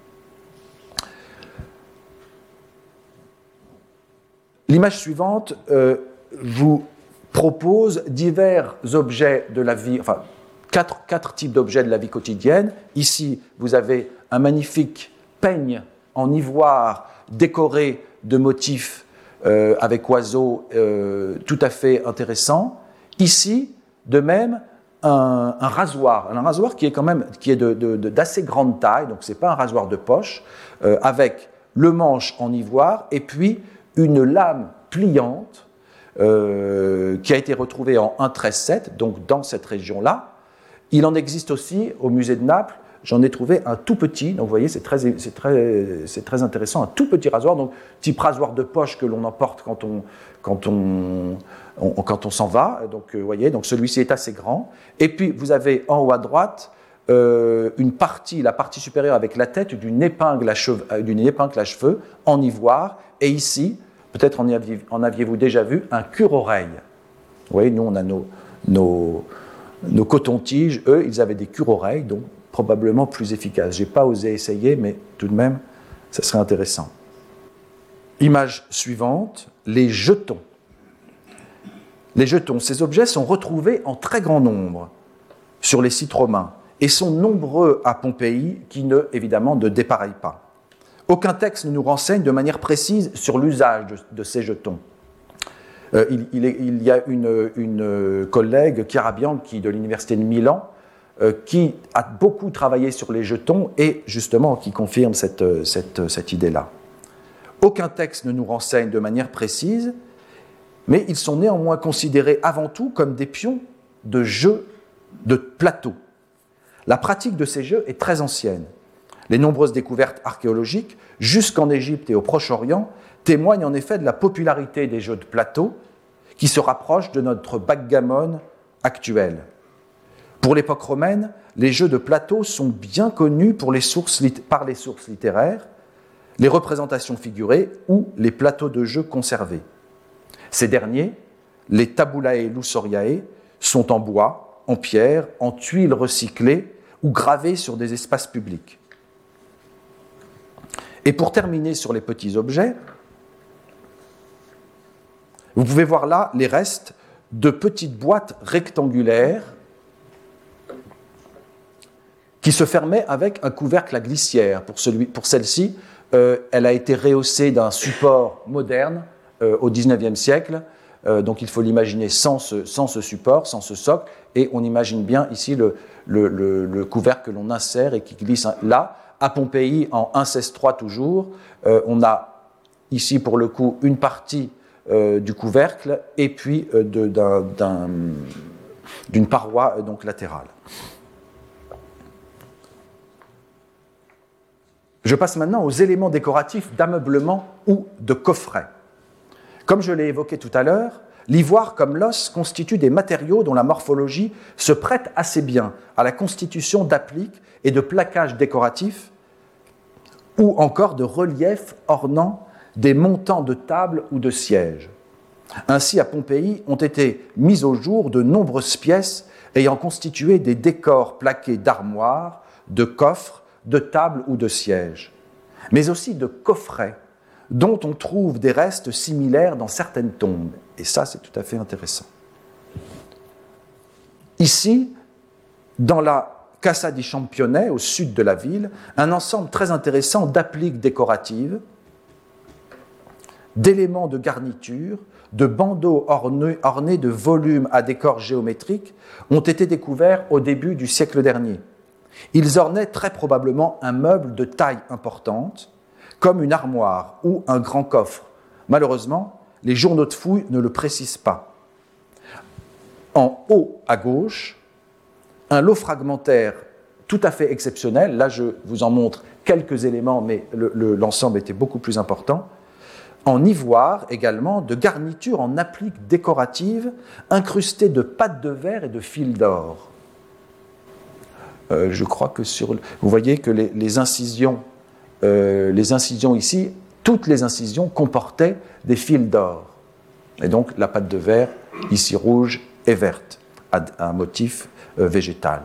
L'image suivante vous propose divers objets de la vie, enfin quatre types d'objets de la vie quotidienne. Ici, vous avez un magnifique peigne en ivoire décoré de motifs avec oiseaux tout à fait intéressants. Ici, de même, un rasoir qui est quand même d'assez grande taille, donc ce n'est pas un rasoir de poche, avec le manche en ivoire et puis une lame pliante qui a été retrouvée en 1,13,7, donc dans cette région-là. Il en existe aussi au musée de Naples. J'en ai trouvé un tout petit, donc vous voyez, c'est très intéressant, un tout petit rasoir, donc type rasoir de poche que l'on emporte quand on s'en va. Donc vous voyez, donc celui-ci est assez grand. Et puis vous avez en haut à droite la partie supérieure avec la tête d'une épingle à cheveux en ivoire. Et ici, peut-être en aviez-vous déjà vu, un cure-oreille. Vous voyez, nous on a nos cotons-tiges, eux ils avaient des cure-oreilles, donc probablement plus efficace. Je n'ai pas osé essayer, mais tout de même, ça serait intéressant. Image suivante, les jetons. Les jetons, ces objets sont retrouvés en très grand nombre sur les sites romains et sont nombreux à Pompéi qui, évidemment, ne dépareillent pas. Aucun texte ne nous renseigne de manière précise sur l'usage de ces jetons. Il y a une collègue, Chiara Bianchi, de l'Université de Milan, qui a beaucoup travaillé sur les jetons et justement qui confirme cette idée-là. Aucun texte ne nous renseigne de manière précise, mais ils sont néanmoins considérés avant tout comme des pions de jeux de plateau. La pratique de ces jeux est très ancienne. Les nombreuses découvertes archéologiques, jusqu'en Égypte et au Proche-Orient, témoignent en effet de la popularité des jeux de plateau qui se rapprochent de notre backgammon actuel. Pour l'époque romaine, les jeux de plateau sont bien connus par les sources littéraires, les représentations figurées ou les plateaux de jeux conservés. Ces derniers, les tabulae lusoriae, sont en bois, en pierre, en tuiles recyclées ou gravés sur des espaces publics. Et pour terminer sur les petits objets, vous pouvez voir là les restes de petites boîtes rectangulaires qui se fermaient avec un couvercle à glissière. Pour celle-ci, elle a été rehaussée d'un support moderne au XIXe siècle. Donc il faut l'imaginer sans ce support, sans ce socle. Et on imagine bien ici le couvercle que l'on insère et qui glisse là. À Pompéi, en 1,16,3 toujours, on a ici pour le coup une partie du couvercle et puis d'une paroi donc latérale. Je passe maintenant aux éléments décoratifs d'ameublement ou de coffret. Comme je l'ai évoqué tout à l'heure, l'ivoire comme l'os constituent des matériaux dont la morphologie se prête assez bien à la constitution d'appliques et de plaquages décoratifs ou encore de reliefs ornant des montants de tables ou de sièges. Ainsi, à Pompéi, ont été mises au jour de nombreuses pièces ayant constitué des décors plaqués d'armoires, de coffres, de tables ou de sièges, mais aussi de coffrets, dont on trouve des restes similaires dans certaines tombes. Et ça, c'est tout à fait intéressant. Ici, dans la Casa di Champione, au sud de la ville, un ensemble très intéressant d'appliques décoratives, d'éléments de garniture, de bandeaux ornés de volumes à décors géométriques ont été découverts au début du siècle dernier. Ils ornaient très probablement un meuble de taille importante, comme une armoire ou un grand coffre. Malheureusement, les journaux de fouilles ne le précisent pas. En haut à gauche, un lot fragmentaire tout à fait exceptionnel. Là, je vous en montre quelques éléments, mais l'ensemble était beaucoup plus important. En ivoire également, de garnitures en appliques décoratives incrustées de pattes de verre et de fils d'or. Je crois que vous voyez que les incisions ici, toutes les incisions comportaient des fils d'or. Et donc la patte de verre, ici rouge et verte, a un motif végétal.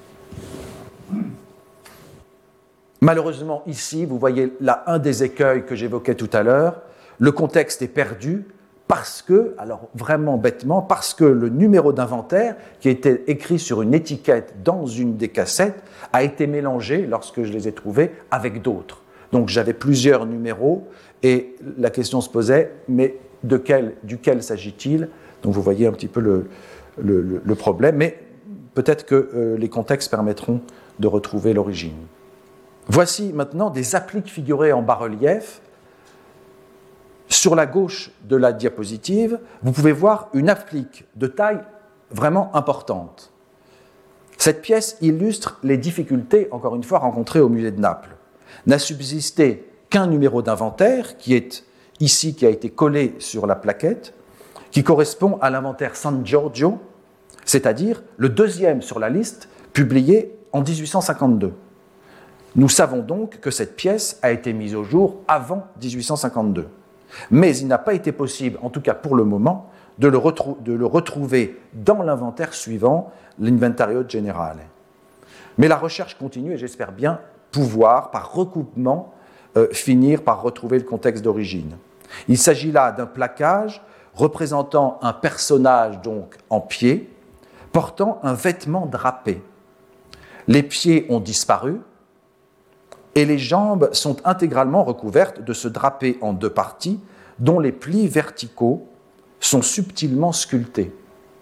Malheureusement, ici, vous voyez là un des écueils que j'évoquais tout à l'heure. Le contexte est perdu parce que, alors vraiment bêtement, parce que le numéro d'inventaire qui était écrit sur une étiquette dans une des cassettes a été mélangé, lorsque je les ai trouvés, avec d'autres. Donc j'avais plusieurs numéros et la question se posait, mais duquel s'agit-il? Donc vous voyez un petit peu le problème, mais peut-être que les contextes permettront de retrouver l'origine. Voici maintenant des appliques figurées en bas-relief. Sur la gauche de la diapositive, vous pouvez voir une applique de taille vraiment importante. Cette pièce illustre les difficultés, encore une fois, rencontrées au musée de Naples. N'a subsisté qu'un numéro d'inventaire, qui est ici, qui a été collé sur la plaquette, qui correspond à l'inventaire San Giorgio, c'est-à-dire le deuxième sur la liste, publié en 1852. Nous savons donc que cette pièce a été mise au jour avant 1852. Mais il n'a pas été possible, en tout cas pour le moment, de le retrouver dans l'inventaire suivant, l'Inventario Generale. Mais la recherche continue et j'espère bien pouvoir, par recoupement, finir par retrouver le contexte d'origine. Il s'agit là d'un plaquage représentant un personnage donc en pied, portant un vêtement drapé. Les pieds ont disparu, et les jambes sont intégralement recouvertes de ce drapé en deux parties, dont les plis verticaux sont subtilement sculptés.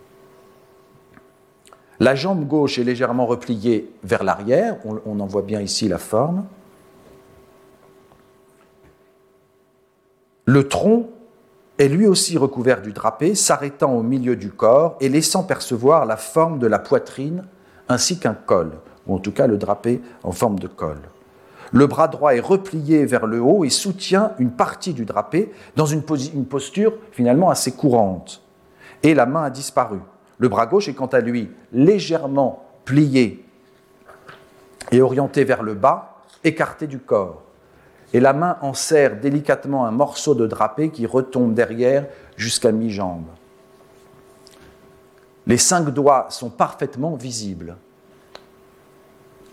La jambe gauche est légèrement repliée vers l'arrière, on en voit bien ici la forme. Le tronc est lui aussi recouvert du drapé, s'arrêtant au milieu du corps et laissant percevoir la forme de la poitrine ainsi qu'un col, ou en tout cas le drapé en forme de col. Le bras droit est replié vers le haut et soutient une partie du drapé dans une posture finalement assez courante. Et la main a disparu. Le bras gauche est quant à lui légèrement plié et orienté vers le bas, écarté du corps. Et la main enserre délicatement un morceau de drapé qui retombe derrière jusqu'à mi-jambe. Les 5 doigts sont parfaitement visibles.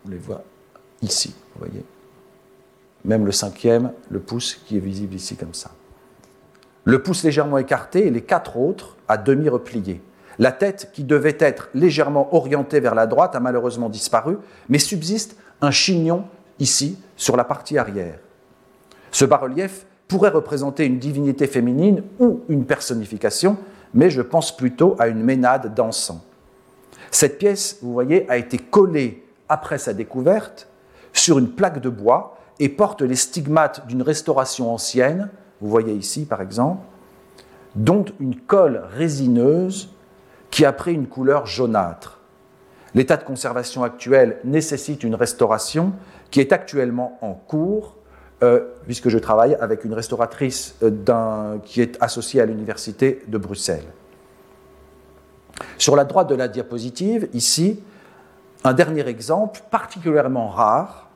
on les voit ici, vous voyez. Même le cinquième, le pouce qui est visible ici comme ça. Le pouce légèrement écarté et les 4 autres à demi repliés. La tête, qui devait être légèrement orientée vers la droite, a malheureusement disparu, mais subsiste un chignon ici, sur la partie arrière. Ce bas-relief pourrait représenter une divinité féminine ou une personnification, mais je pense plutôt à une ménade dansant. Cette pièce, vous voyez, a été collée après sa découverte sur une plaque de bois et porte les stigmates d'une restauration ancienne, vous voyez ici par exemple, dont une colle résineuse qui a pris une couleur jaunâtre. L'état de conservation actuel nécessite une restauration qui est actuellement en cours, puisque je travaille avec une restauratrice qui est associée à l'Université de Bruxelles. Sur la droite de la diapositive, ici, un dernier exemple particulièrement rare.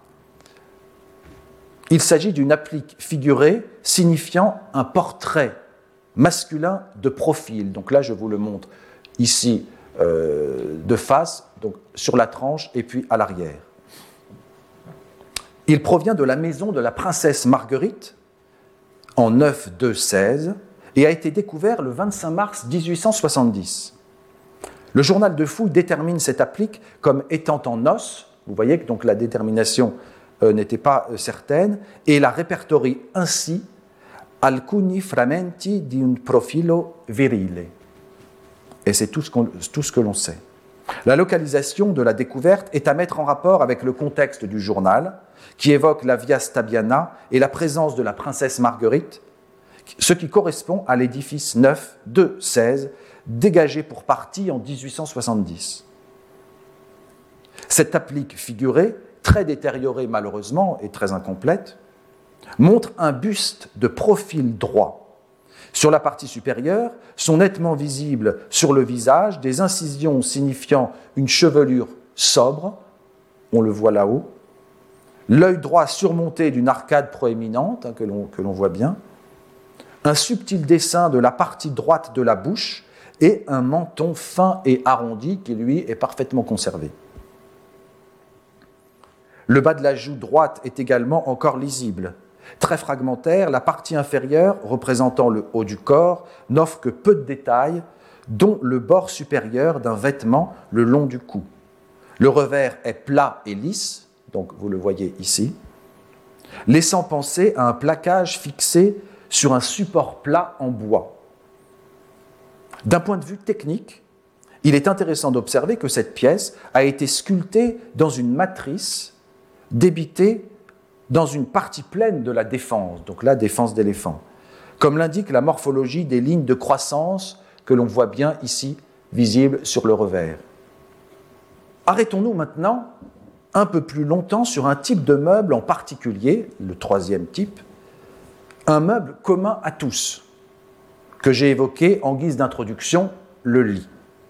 Il s'agit d'une applique figurée signifiant un portrait masculin de profil. Donc là, je vous le montre ici de face, donc sur la tranche et puis à l'arrière. Il provient de la maison de la princesse Marguerite en 9-2-16 et a été découvert le 25 mars 1870. Le journal de fouille détermine cette applique comme étant en os, vous voyez que donc la détermination n'était pas certaine, et la répertorie ainsi « alcuni frammenti di un profilo virile ». Et c'est tout ce que l'on sait. La localisation de la découverte est à mettre en rapport avec le contexte du journal, qui évoque la Via Stabiana et la présence de la princesse Marguerite, ce qui correspond à l'édifice 9-2-16, dégagé pour partie en 1870. Cette applique figurée, très détériorée malheureusement et très incomplète, montre un buste de profil droit. Sur la partie supérieure, sont nettement visibles sur le visage des incisions signifiant une chevelure sobre, on le voit là-haut, l'œil droit surmonté d'une arcade proéminente, que l'on voit bien, un subtil dessin de la partie droite de la bouche et un menton fin et arrondi qui, lui, est parfaitement conservé. Le bas de la joue droite est également encore lisible. Très fragmentaire, la partie inférieure, représentant le haut du corps, n'offre que peu de détails, dont le bord supérieur d'un vêtement le long du cou. Le revers est plat et lisse, donc vous le voyez ici, laissant penser à un plaquage fixé sur un support plat en bois. D'un point de vue technique, il est intéressant d'observer que cette pièce a été sculptée dans une matrice débitée dans une partie pleine de la défense, donc la défense d'éléphant, comme l'indique la morphologie des lignes de croissance que l'on voit bien ici, visibles sur le revers. Arrêtons-nous maintenant un peu plus longtemps sur un type de meuble en particulier, le troisième type, un meuble commun à tous, que j'ai évoqué en guise d'introduction, le lit.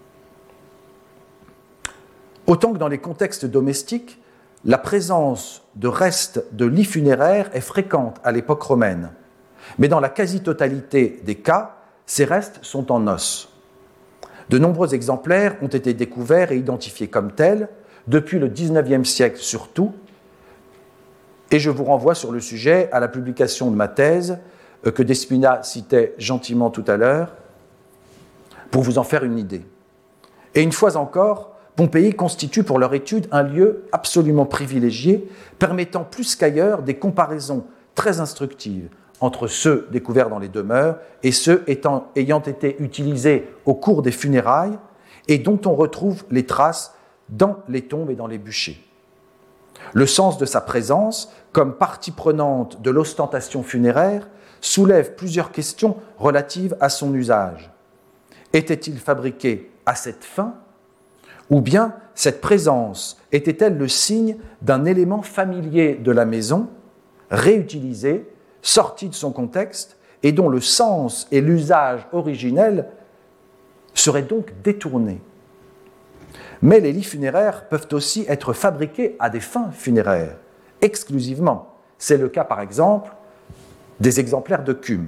Autant que dans les contextes domestiques, la présence de restes de lits funéraires est fréquente à l'époque romaine, mais dans la quasi-totalité des cas, ces restes sont en os. De nombreux exemplaires ont été découverts et identifiés comme tels, depuis le XIXe siècle surtout, et je vous renvoie sur le sujet à la publication de ma thèse, que Despina citait gentiment tout à l'heure, pour vous en faire une idée. Et une fois encore, Pompéi constitue pour leur étude un lieu absolument privilégié, permettant plus qu'ailleurs des comparaisons très instructives entre ceux découverts dans les demeures et ceux ayant été utilisés au cours des funérailles et dont on retrouve les traces dans les tombes et dans les bûchers. Le sens de sa présence, comme partie prenante de l'ostentation funéraire, soulève plusieurs questions relatives à son usage. Était-il fabriqué à cette fin ? Ou bien cette présence était-elle le signe d'un élément familier de la maison, réutilisé, sorti de son contexte, et dont le sens et l'usage originel seraient donc détournés ? Mais les lits funéraires peuvent aussi être fabriqués à des fins funéraires, exclusivement. C'est le cas, par exemple, des exemplaires de Cumes.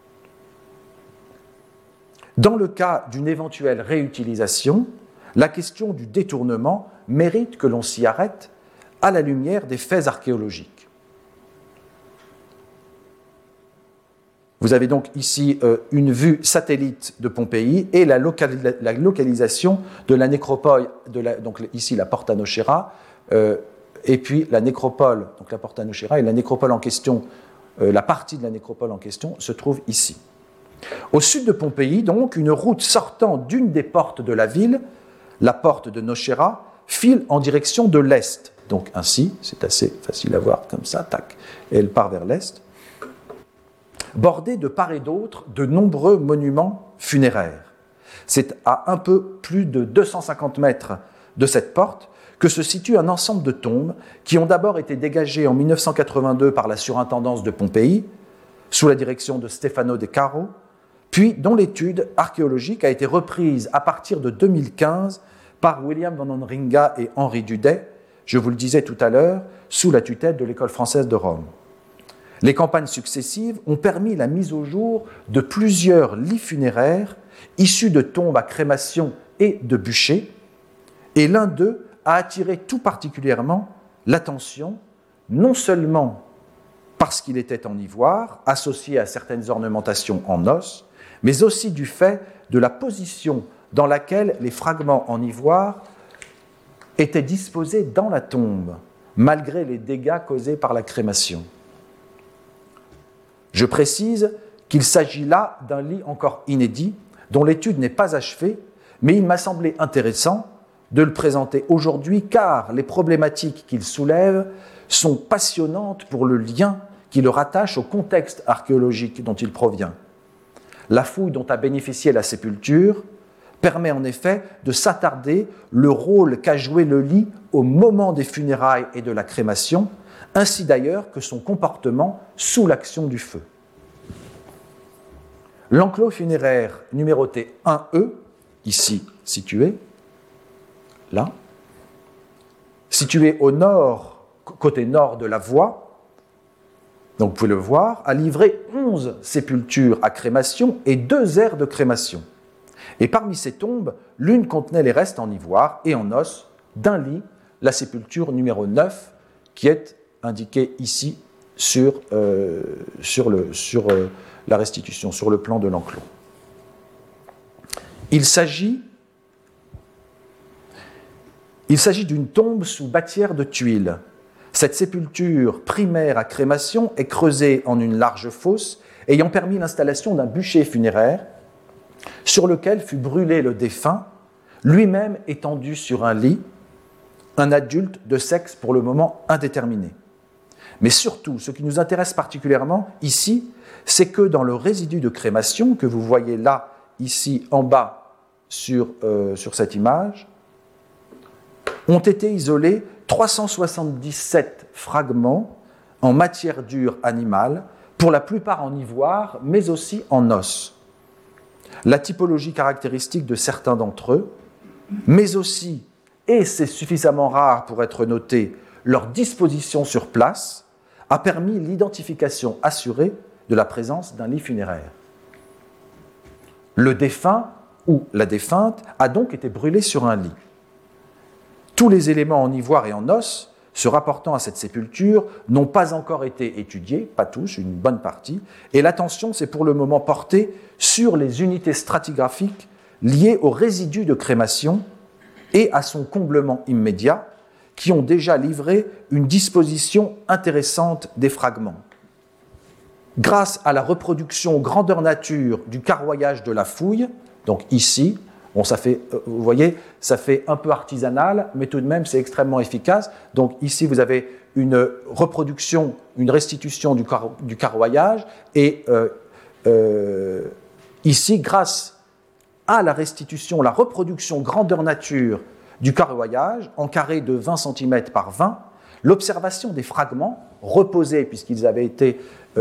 Dans le cas d'une éventuelle réutilisation, la question du détournement mérite que l'on s'y arrête, à la lumière des faits archéologiques. Vous avez donc ici une vue satellite de Pompéi et la localisation de la nécropole, donc ici la Porta Nocera, et puis la nécropole, donc la Porta Nocera, et la nécropole en question, la partie de la nécropole en question se trouve ici. Au sud de Pompéi, donc, une route sortant d'une des portes de la ville, la porte de Nocera, file en direction de l'est. Donc ainsi, c'est assez facile à voir comme ça, tac, et elle part vers l'est, bordée de part et d'autre de nombreux monuments funéraires. C'est à un peu plus de 250 mètres de cette porte que se situe un ensemble de tombes qui ont d'abord été dégagées en 1982 par la surintendance de Pompéi, sous la direction de Stefano De Caro, puis dont l'étude archéologique a été reprise à partir de 2015 par William Van Onringa et Henri Dudet, je vous le disais tout à l'heure, sous la tutelle de l'École française de Rome. Les campagnes successives ont permis la mise au jour de plusieurs lits funéraires issus de tombes à crémation et de bûchers, et l'un d'eux a attiré tout particulièrement l'attention, non seulement parce qu'il était en ivoire, associé à certaines ornementations en os, mais aussi du fait de la position dans laquelle les fragments en ivoire étaient disposés dans la tombe, malgré les dégâts causés par la crémation. Je précise qu'il s'agit là d'un lit encore inédit, dont l'étude n'est pas achevée, mais il m'a semblé intéressant de le présenter aujourd'hui, car les problématiques qu'il soulève sont passionnantes pour le lien qui le rattache au contexte archéologique dont il provient. La fouille dont a bénéficié la sépulture permet en effet de s'attarder le rôle qu'a joué le lit au moment des funérailles et de la crémation, ainsi d'ailleurs que son comportement sous l'action du feu. L'enclos funéraire numéroté 1E, ici situé, là, situé au nord, côté nord de la voie, donc vous pouvez le voir, a livré 11 sépultures à crémation et 2 aires de crémation. Et parmi ces tombes, l'une contenait les restes en ivoire et en os d'un lit, la sépulture numéro 9, qui est indiquée ici sur la restitution, sur le plan de l'enclos. Il s'agit d'une tombe sous bâtière de tuiles. Cette sépulture primaire à crémation est creusée en une large fosse, ayant permis l'installation d'un bûcher funéraire sur lequel fut brûlé le défunt, lui-même étendu sur un lit, un adulte de sexe pour le moment indéterminé. Mais surtout, ce qui nous intéresse particulièrement ici, c'est que dans le résidu de crémation que vous voyez là, ici en bas sur cette image, ont été isolés 377 fragments en matière dure animale, pour la plupart en ivoire, mais aussi en os. La typologie caractéristique de certains d'entre eux, mais aussi, et c'est suffisamment rare pour être noté, leur disposition sur place, a permis l'identification assurée de la présence d'un lit funéraire. Le défunt ou la défunte a donc été brûlé sur un lit. Tous les éléments en ivoire et en os se rapportant à cette sépulture n'ont pas encore été étudiés, pas tous, une bonne partie, et l'attention s'est pour le moment portée sur les unités stratigraphiques liées aux résidus de crémation et à son comblement immédiat, qui ont déjà livré une disposition intéressante des fragments. Grâce à la reproduction grandeur nature du carroyage de la fouille, donc ici, bon, ça fait, vous voyez, ça fait un peu artisanal, mais tout de même, c'est extrêmement efficace. Donc ici, vous avez une reproduction, une restitution du carroyage, et ici, grâce à la restitution, la reproduction grandeur nature du carroyage, en carré de 20 cm par 20, l'observation des fragments reposés, puisqu'ils avaient été,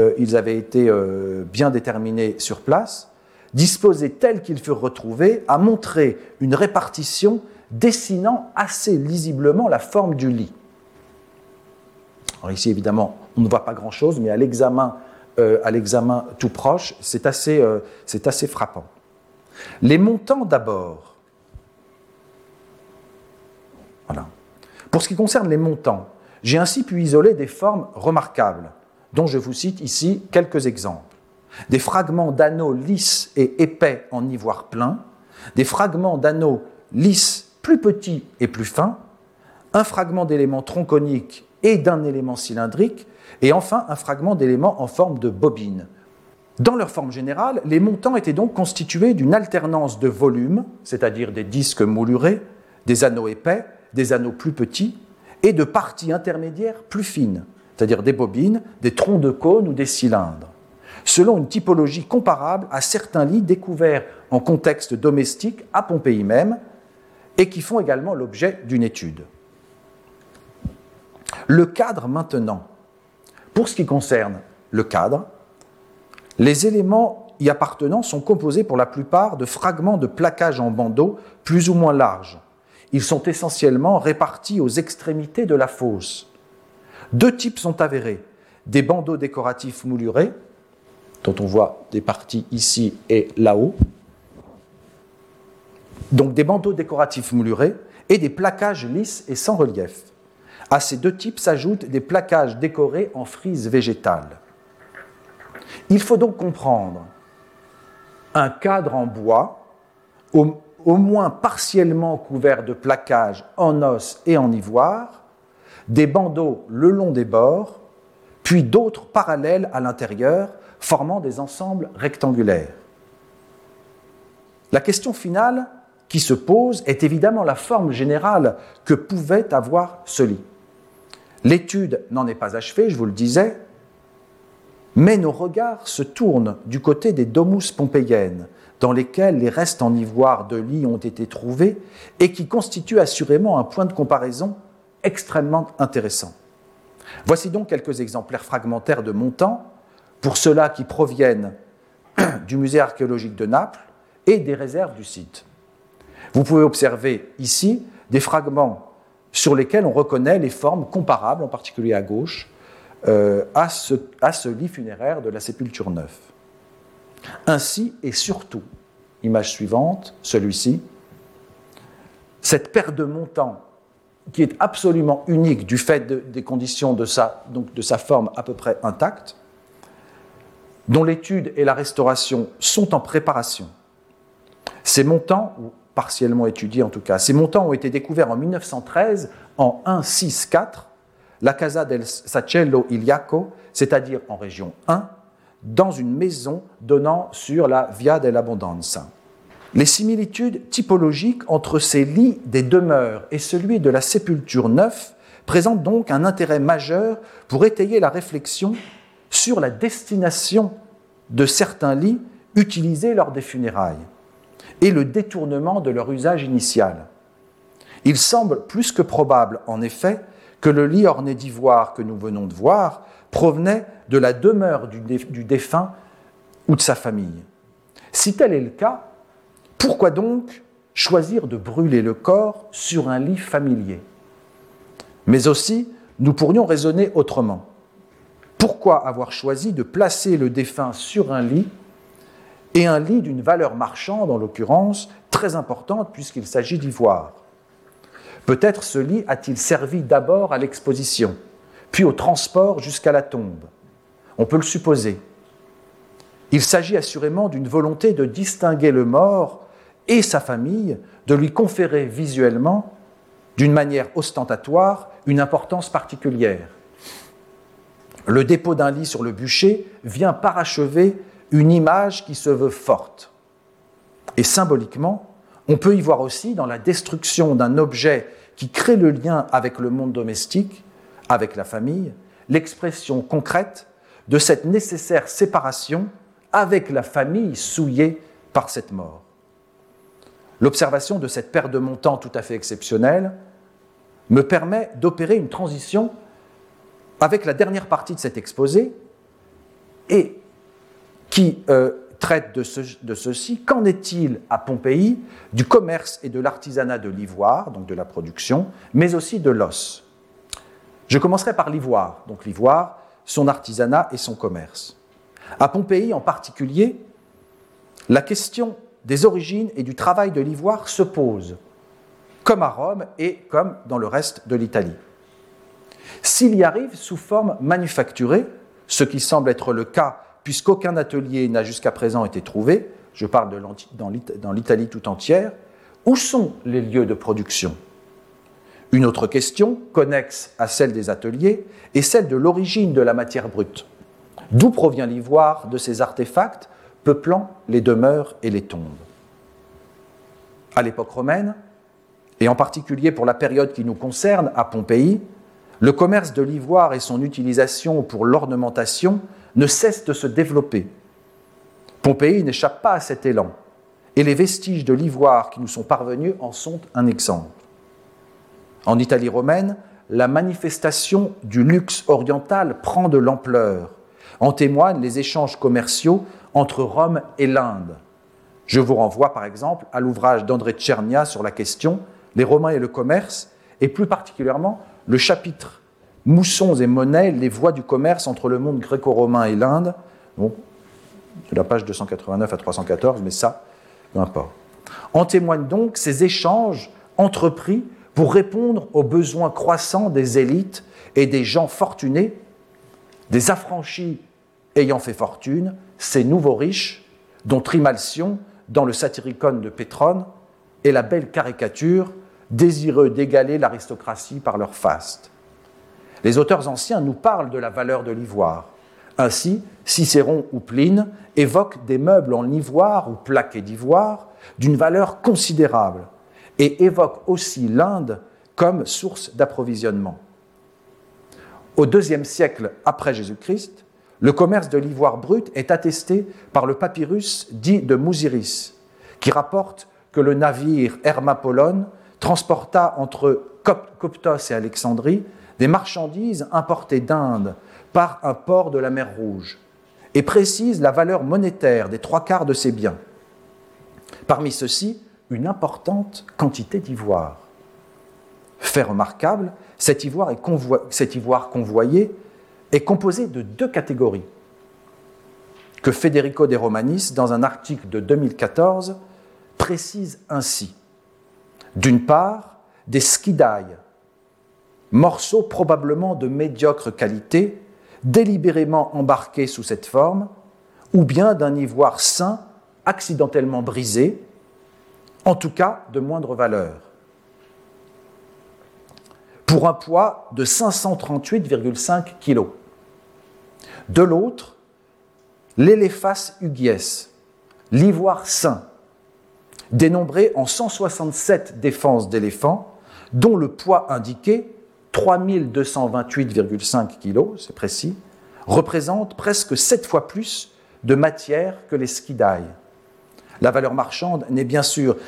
bien déterminés sur place, disposés tels qu'ils furent retrouvés, a montré une répartition dessinant assez lisiblement la forme du lit. Alors ici, évidemment, on ne voit pas grand-chose, mais à l'examen tout proche, c'est assez frappant. Les montants d'abord. Voilà. Pour ce qui concerne les montants, J'ai ainsi pu isoler des formes remarquables, dont je vous cite ici quelques exemples. Des fragments d'anneaux lisses et épais en ivoire plein, des fragments d'anneaux lisses plus petits et plus fins, un fragment d'élément tronconique et d'un élément cylindrique, et enfin un fragment d'élément en forme de bobine. Dans leur forme générale, les montants étaient donc constitués d'une alternance de volumes, c'est-à-dire des disques moulurés, des anneaux épais, des anneaux plus petits, et de parties intermédiaires plus fines, c'est-à-dire des bobines, des troncs de cône ou des cylindres, selon une typologie comparable à certains lits découverts en contexte domestique à Pompéi même, et qui font également l'objet d'une étude. Le cadre maintenant. Pour ce qui concerne le cadre, les éléments y appartenant sont composés pour la plupart de fragments de plaquage en bandeaux plus ou moins larges. Ils sont essentiellement répartis aux extrémités de la fosse. Deux types sont avérés, des bandeaux décoratifs moulurés, dont on voit des parties ici et là-haut, donc des bandeaux décoratifs moulurés, et des plaquages lisses et sans relief. À ces deux types s'ajoutent des plaquages décorés en frise végétale. Il faut donc comprendre un cadre en bois, au moins partiellement couvert de plaquages en os et en ivoire, des bandeaux le long des bords, puis d'autres parallèles à l'intérieur, formant des ensembles rectangulaires. La question finale qui se pose est évidemment la forme générale que pouvait avoir ce lit. L'étude n'en est pas achevée, je vous le disais, mais nos regards se tournent du côté des domus pompéiennes, dans lesquelles les restes en ivoire de lit ont été trouvés et qui constituent assurément un point de comparaison extrêmement intéressant. Voici donc quelques exemplaires fragmentaires de montants, pour ceux-là qui proviennent du musée archéologique de Naples et des réserves du site. Vous pouvez observer ici des fragments sur lesquels on reconnaît les formes comparables, en particulier à gauche, à ce lit funéraire de la sépulture 9. Ainsi et surtout, image suivante, celui-ci, cette paire de montants qui est absolument unique du fait des conditions de sa forme à peu près intacte, dont l'étude et la restauration sont en préparation. Ces montants, ou partiellement étudiés en tout cas, ces montants ont été découverts en 1913 en 164, la Casa del Sacello Iliaco, c'est-à-dire en région 1, dans une maison donnant sur la Via dell'Abbondanza. Les similitudes typologiques entre ces lits des demeures et celui de la sépulture 9 présentent donc un intérêt majeur pour étayer la réflexion sur la destination de certains lits utilisés lors des funérailles et le détournement de leur usage initial. Il semble plus que probable, en effet, que le lit orné d'ivoire que nous venons de voir provenait de la demeure du défunt ou de sa famille. Si tel est le cas, pourquoi donc choisir de brûler le corps sur un lit familier ? Mais aussi, nous pourrions raisonner autrement. Pourquoi avoir choisi de placer le défunt sur un lit, et un lit d'une valeur marchande, en l'occurrence, très importante puisqu'il s'agit d'ivoire ? Peut-être ce lit a-t-il servi d'abord à l'exposition, puis au transport jusqu'à la tombe. On peut le supposer. Il s'agit assurément d'une volonté de distinguer le mort et sa famille, de lui conférer visuellement, d'une manière ostentatoire, une importance particulière. Le dépôt d'un lit sur le bûcher vient parachever une image qui se veut forte. Et symboliquement, on peut y voir aussi dans la destruction d'un objet qui crée le lien avec le monde domestique, avec la famille, l'expression concrète de cette nécessaire séparation avec la famille souillée par cette mort. L'observation de cette paire de montants tout à fait exceptionnelle me permet d'opérer une transition avec la dernière partie de cet exposé et qui traite de ceci. Qu'en est-il à Pompéi du commerce et de l'artisanat de l'ivoire, donc de la production, mais aussi de l'os ? Je commencerai par l'ivoire. Donc l'ivoire, son artisanat et son commerce. À Pompéi en particulier, la question des origines et du travail de l'ivoire se pose, comme à Rome et comme dans le reste de l'Italie. S'il y arrive sous forme manufacturée, ce qui semble être le cas puisqu'aucun atelier n'a jusqu'à présent été trouvé, je parle dans l'Italie tout entière, où sont les lieux de production? Une autre question, connexe à celle des ateliers, est celle de l'origine de la matière brute. D'où provient l'ivoire de ces artefacts peuplant les demeures et les tombes? À l'époque romaine, et en particulier pour la période qui nous concerne, à Pompéi, le commerce de l'ivoire et son utilisation pour l'ornementation ne cessent de se développer. Pompéi n'échappe pas à cet élan, et les vestiges de l'ivoire qui nous sont parvenus en sont un exemple. En Italie romaine, la manifestation du luxe oriental prend de l'ampleur. En témoignent les échanges commerciaux entre Rome et l'Inde. Je vous renvoie par exemple à l'ouvrage d'André Tchernia sur la question « Les Romains et le commerce » et plus particulièrement le chapitre « Moussons et monnaies, les voies du commerce entre le monde gréco-romain et l'Inde ». Bon, c'est la page 289 à 314, mais ça, peu importe. En témoignent donc ces échanges entrepris pour répondre aux besoins croissants des élites et des gens fortunés, des affranchis ayant fait fortune, ces nouveaux riches, dont Trimalcion, dans le Satyricon de Pétrone, est la belle caricature, désireux d'égaler l'aristocratie par leur faste. Les auteurs anciens nous parlent de la valeur de l'ivoire. Ainsi, Cicéron ou Pline évoquent des meubles en ivoire ou plaqués d'ivoire d'une valeur considérable et évoquent aussi l'Inde comme source d'approvisionnement. Au IIe siècle après Jésus-Christ, le commerce de l'ivoire brut est attesté par le papyrus dit de Mousiris, qui rapporte que le navire Hermapolon transporta entre Coptos et Alexandrie des marchandises importées d'Inde par un port de la mer Rouge et précise la valeur monétaire des 3/4 de ces biens. Parmi ceux-ci, une importante quantité d'ivoire. Fait remarquable, cet ivoire convoyé est composé de 2 catégories que Federico De Romanis, dans un article de 2014, précise ainsi. D'une part, des skydailles, morceaux probablement de médiocre qualité, délibérément embarqués sous cette forme, ou bien d'un ivoire sain, accidentellement brisé, en tout cas de moindre valeur, pour un poids de 538,5 kg. De l'autre, l'éléphas ugies, l'ivoire sain, dénombré en 167 défenses d'éléphant, dont le poids indiqué, 3228,5 kg, c'est précis, représente presque 7 fois plus de matière que les skydailles. La valeur marchande n'est bien sûr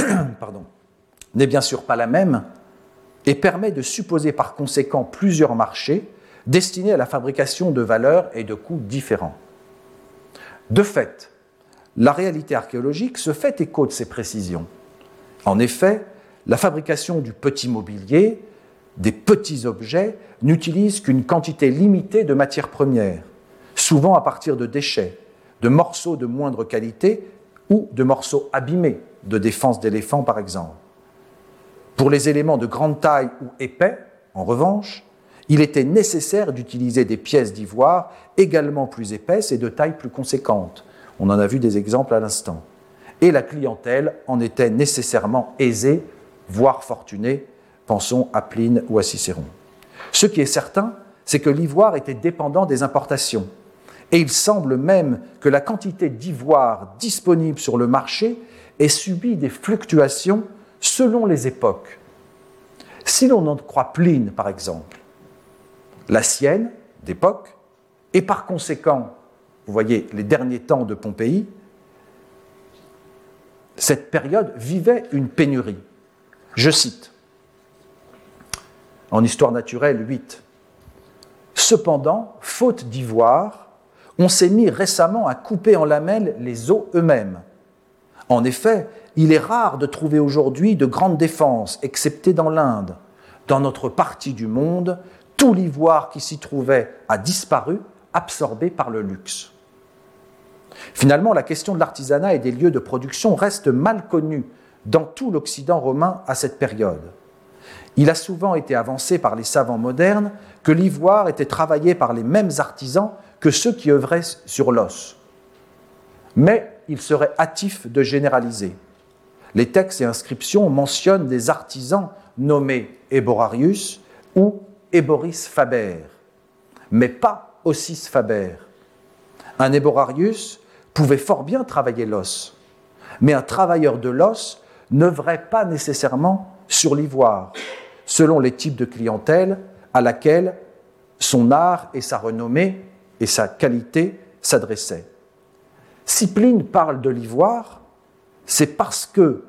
pas la même et permet de supposer par conséquent plusieurs marchés destinés à la fabrication de valeurs et de coûts différents. De fait, la réalité archéologique se fait écho de ces précisions. En effet, la fabrication du petit mobilier, des petits objets, n'utilise qu'une quantité limitée de matières premières, souvent à partir de déchets, de morceaux de moindre qualité ou de morceaux abîmés de défense d'éléphants par exemple. Pour les éléments de grande taille ou épais, en revanche, il était nécessaire d'utiliser des pièces d'ivoire également plus épaisses et de taille plus conséquente. On en a vu des exemples à l'instant. Et la clientèle en était nécessairement aisée, voire fortunée, pensons à Pline ou à Cicéron. Ce qui est certain, c'est que l'ivoire était dépendant des importations. Et il semble même que la quantité d'ivoire disponible sur le marché ait subi des fluctuations selon les époques. Si l'on en croit Pline, par exemple, la sienne, d'époque, et par conséquent, vous voyez, les derniers temps de Pompéi, cette période vivait une pénurie. Je cite, en Histoire naturelle 8, « Cependant, faute d'ivoire, on s'est mis récemment à couper en lamelles les os eux-mêmes. En effet, il est rare de trouver aujourd'hui de grandes défenses, excepté dans l'Inde. Dans notre partie du monde, tout l'ivoire qui s'y trouvait a disparu, absorbé par le luxe. » Finalement, la question de l'artisanat et des lieux de production reste mal connue dans tout l'Occident romain à cette période. Il a souvent été avancé par les savants modernes que l'ivoire était travaillé par les mêmes artisans que ceux qui œuvraient sur l'os. Mais il serait hâtif de généraliser. Les textes et inscriptions mentionnent des artisans nommés Eborarius ou Eboris Faber, mais pas Ossis Faber. Un Eborarius pouvait fort bien travailler l'os, mais un travailleur de l'os n'œuvrait pas nécessairement sur l'ivoire, selon les types de clientèle à laquelle son art et sa renommée et sa qualité s'adressaient. Si Pline parle de l'ivoire, c'est parce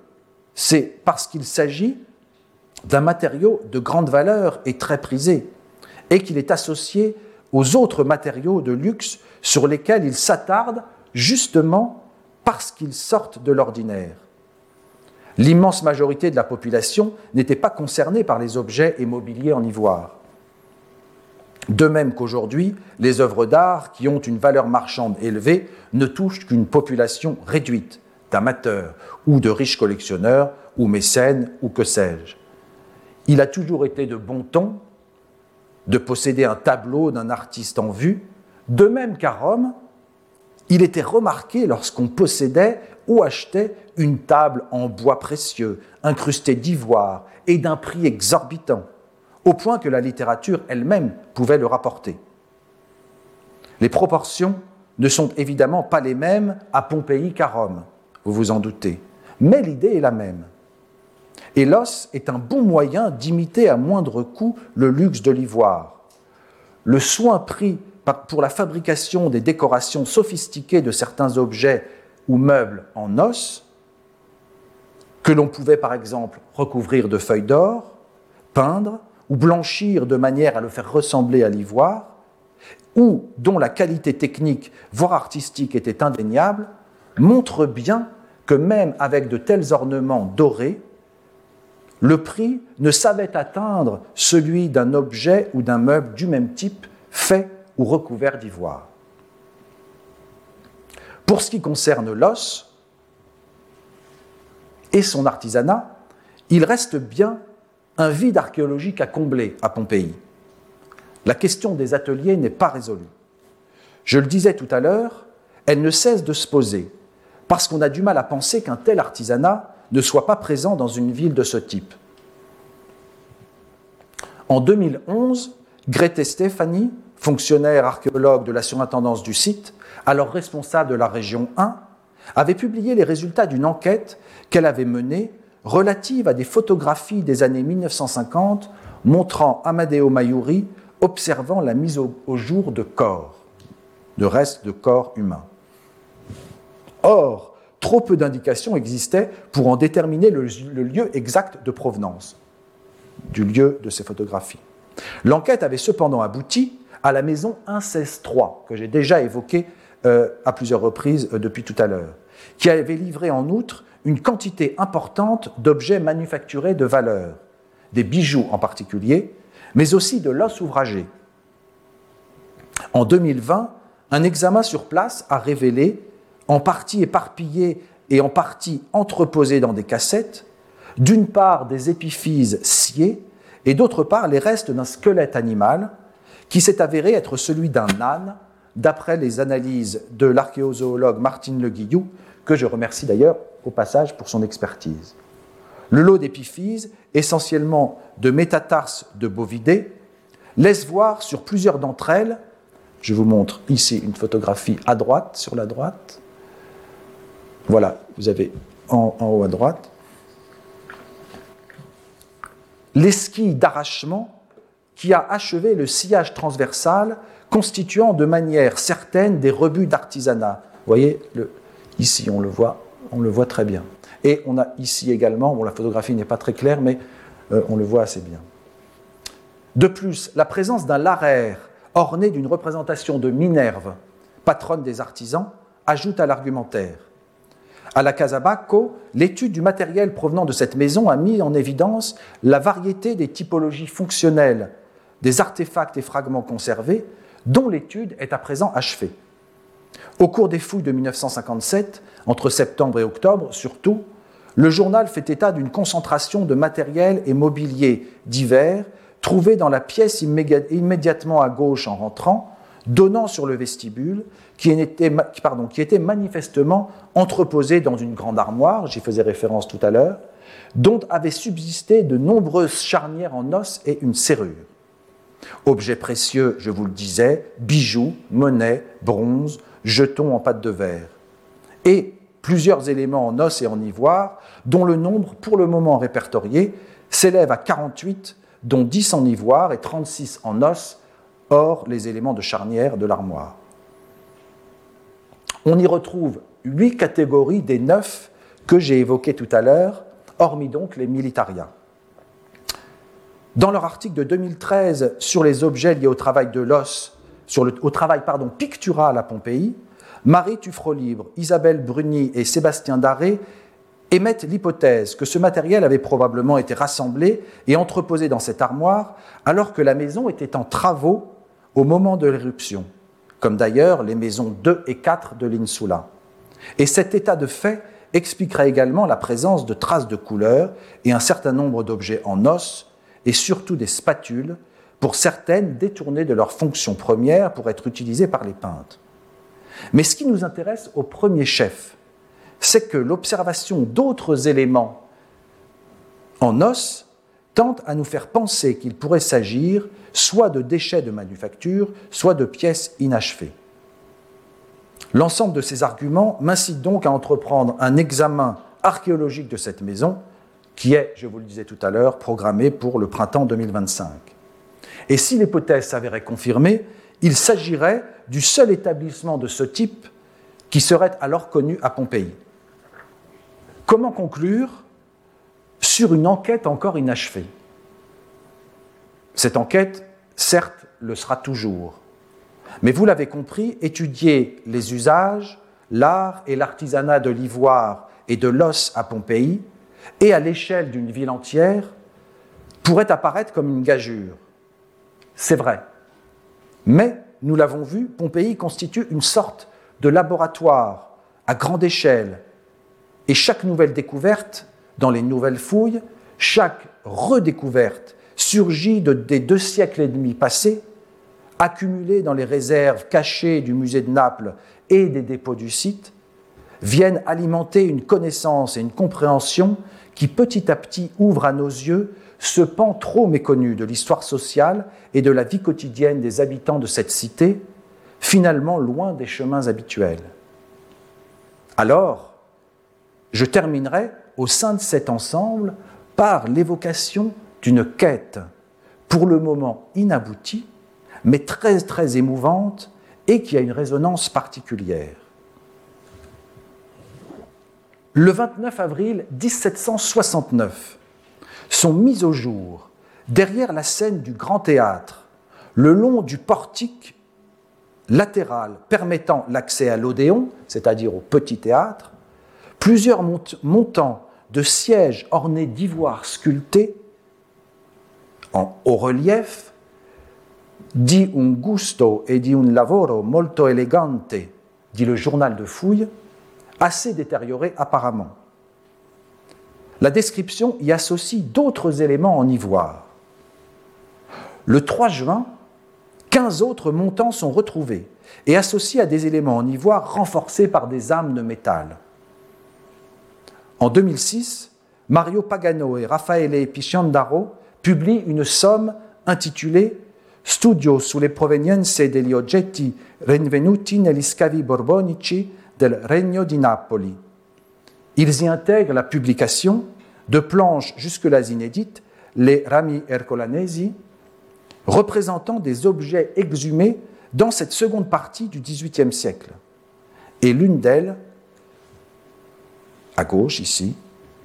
qu'il s'agit d'un matériau de grande valeur et très prisé, et qu'il est associé aux autres matériaux de luxe sur lesquels il s'attarde justement parce qu'ils sortent de l'ordinaire. L'immense majorité de la population n'était pas concernée par les objets et mobiliers en ivoire. De même qu'aujourd'hui, les œuvres d'art qui ont une valeur marchande élevée ne touchent qu'une population réduite d'amateurs ou de riches collectionneurs ou mécènes ou que sais-je. Il a toujours été de bon ton de posséder un tableau d'un artiste en vue, de même qu'à Rome, il était remarqué lorsqu'on possédait ou achetait une table en bois précieux, incrustée d'ivoire et d'un prix exorbitant, au point que la littérature elle-même pouvait le rapporter. Les proportions ne sont évidemment pas les mêmes à Pompéi qu'à Rome, vous vous en doutez, mais l'idée est la même. Et l'os est un bon moyen d'imiter à moindre coût le luxe de l'ivoire. Le soin pris pour la fabrication des décorations sophistiquées de certains objets ou meubles en os, que l'on pouvait par exemple recouvrir de feuilles d'or, peindre ou blanchir de manière à le faire ressembler à l'ivoire, ou dont la qualité technique, voire artistique, était indéniable, montre bien que même avec de tels ornements dorés, le prix ne savait atteindre celui d'un objet ou d'un meuble du même type, fait ou recouvert d'ivoire. Pour ce qui concerne l'os et son artisanat, il reste bien un vide archéologique à combler à Pompéi. La question des ateliers n'est pas résolue. Je le disais tout à l'heure, elle ne cesse de se poser, parce qu'on a du mal à penser qu'un tel artisanat ne soit pas présent dans une ville de ce type. En 2011, Grete Stefani, fonctionnaire archéologue de la surintendance du site, alors responsable de la région 1, avait publié les résultats d'une enquête qu'elle avait menée relative à des photographies des années 1950 montrant Amadeo Maiuri observant la mise au jour de corps, de restes de corps humains. Or, trop peu d'indications existaient pour en déterminer le lieu exact de provenance du lieu de ces photographies. L'enquête avait cependant abouti à la maison 116-3, que j'ai déjà évoquée à plusieurs reprises depuis tout à l'heure, qui avait livré en outre une quantité importante d'objets manufacturés de valeur, des bijoux en particulier, mais aussi de l'os ouvragé. En 2020, un examen sur place a révélé, en partie éparpillés et en partie entreposés dans des cassettes, d'une part des épiphyses sciées et d'autre part les restes d'un squelette animal qui s'est avéré être celui d'un âne, d'après les analyses de l'archéozoologue Martine Le Guillou, que je remercie d'ailleurs au passage pour son expertise. Le lot d'épiphyses, essentiellement de métatarses de bovidés, laisse voir sur plusieurs d'entre elles, je vous montre ici une photographie à droite, sur la droite, voilà, vous avez en haut à droite, l'esquille d'arrachement qui a achevé le sillage transversal constituant de manière certaine des rebuts d'artisanat. Vous voyez, ici on le voit très bien. Et on a ici également, bon la photographie n'est pas très claire, mais on le voit assez bien. De plus, la présence d'un larraire orné d'une représentation de Minerve, patronne des artisans, ajoute à l'argumentaire. À la Casa Bacco, l'étude du matériel provenant de cette maison a mis en évidence la variété des typologies fonctionnelles des artefacts et fragments conservés, dont l'étude est à présent achevée. Au cours des fouilles de 1957, entre septembre et octobre surtout, le journal fait état d'une concentration de matériel et mobilier divers trouvés dans la pièce immédiatement à gauche en rentrant, donnant sur le vestibule, qui était manifestement entreposé dans une grande armoire, j'y faisais référence tout à l'heure, dont avaient subsisté de nombreuses charnières en os et une serrure. Objets précieux, je vous le disais, bijoux, monnaies, bronze, jetons en pâte de verre. Et plusieurs éléments en os et en ivoire, dont le nombre, pour le moment répertorié, s'élève à 48, dont 10 en ivoire et 36 en os, hors les éléments de charnière de l'armoire. On y retrouve 8 catégories des 9 que j'ai évoquées tout à l'heure, hormis donc les militaria. Dans leur article de 2013 sur les objets liés au travail de l'os, au travail pictural à Pompéi, Marie Tuffrolibre, Isabelle Bruni et Sébastien Daré émettent l'hypothèse que ce matériel avait probablement été rassemblé et entreposé dans cette armoire alors que la maison était en travaux au moment de l'éruption, comme d'ailleurs les maisons 2 et 4 de l'Insula. Et cet état de fait expliquerait également la présence de traces de couleur et un certain nombre d'objets en os, et surtout des spatules, pour certaines détournées de leur fonction première pour être utilisées par les peintres. Mais ce qui nous intéresse au premier chef, c'est que l'observation d'autres éléments en os tente à nous faire penser qu'il pourrait s'agir soit de déchets de manufacture, soit de pièces inachevées. L'ensemble de ces arguments m'incite donc à entreprendre un examen archéologique de cette maison, qui est, je vous le disais tout à l'heure, programmée pour le printemps 2025. Et si l'hypothèse s'avérait confirmée, il s'agirait du seul établissement de ce type qui serait alors connu à Pompéi. Comment conclure sur une enquête encore inachevée? Cette enquête, certes, le sera toujours. Mais vous l'avez compris, étudier les usages, l'art et l'artisanat de l'ivoire et de l'os à Pompéi, et à l'échelle d'une ville entière, pourrait apparaître comme une gageure. C'est vrai. Mais, nous l'avons vu, Pompéi constitue une sorte de laboratoire à grande échelle. Et chaque nouvelle découverte, dans les nouvelles fouilles, chaque redécouverte surgit des 2 siècles et demi passés, accumulée dans les réserves cachées du musée de Naples et des dépôts du site, viennent alimenter une connaissance et une compréhension qui petit à petit ouvrent à nos yeux ce pan trop méconnu de l'histoire sociale et de la vie quotidienne des habitants de cette cité, finalement loin des chemins habituels. Alors, je terminerai au sein de cet ensemble par l'évocation d'une quête, pour le moment inaboutie, mais très très émouvante et qui a une résonance particulière. Le 29 avril 1769, sont mises au jour, derrière la scène du Grand Théâtre, le long du portique latéral permettant l'accès à l'Odéon, c'est-à-dire au petit théâtre, plusieurs montants de sièges ornés d'ivoire sculpté en haut relief, di un gusto e di un lavoro molto elegante, dit le journal de fouilles, assez détérioré apparemment. La description y associe d'autres éléments en ivoire. Le 3 juin, 15 autres montants sont retrouvés et associés à des éléments en ivoire renforcés par des âmes de métal. En 2006, Mario Pagano et Raffaele Pisciandaro publient une somme intitulée Studio sulle provenienze degli oggetti rinvenuti negli scavi borbonici del Regno di Napoli. Ils y intègrent la publication de planches jusque-là inédites, les rami ercolanesi, représentant des objets exhumés dans cette seconde partie du XVIIIe siècle. Et l'une d'elles, à gauche ici,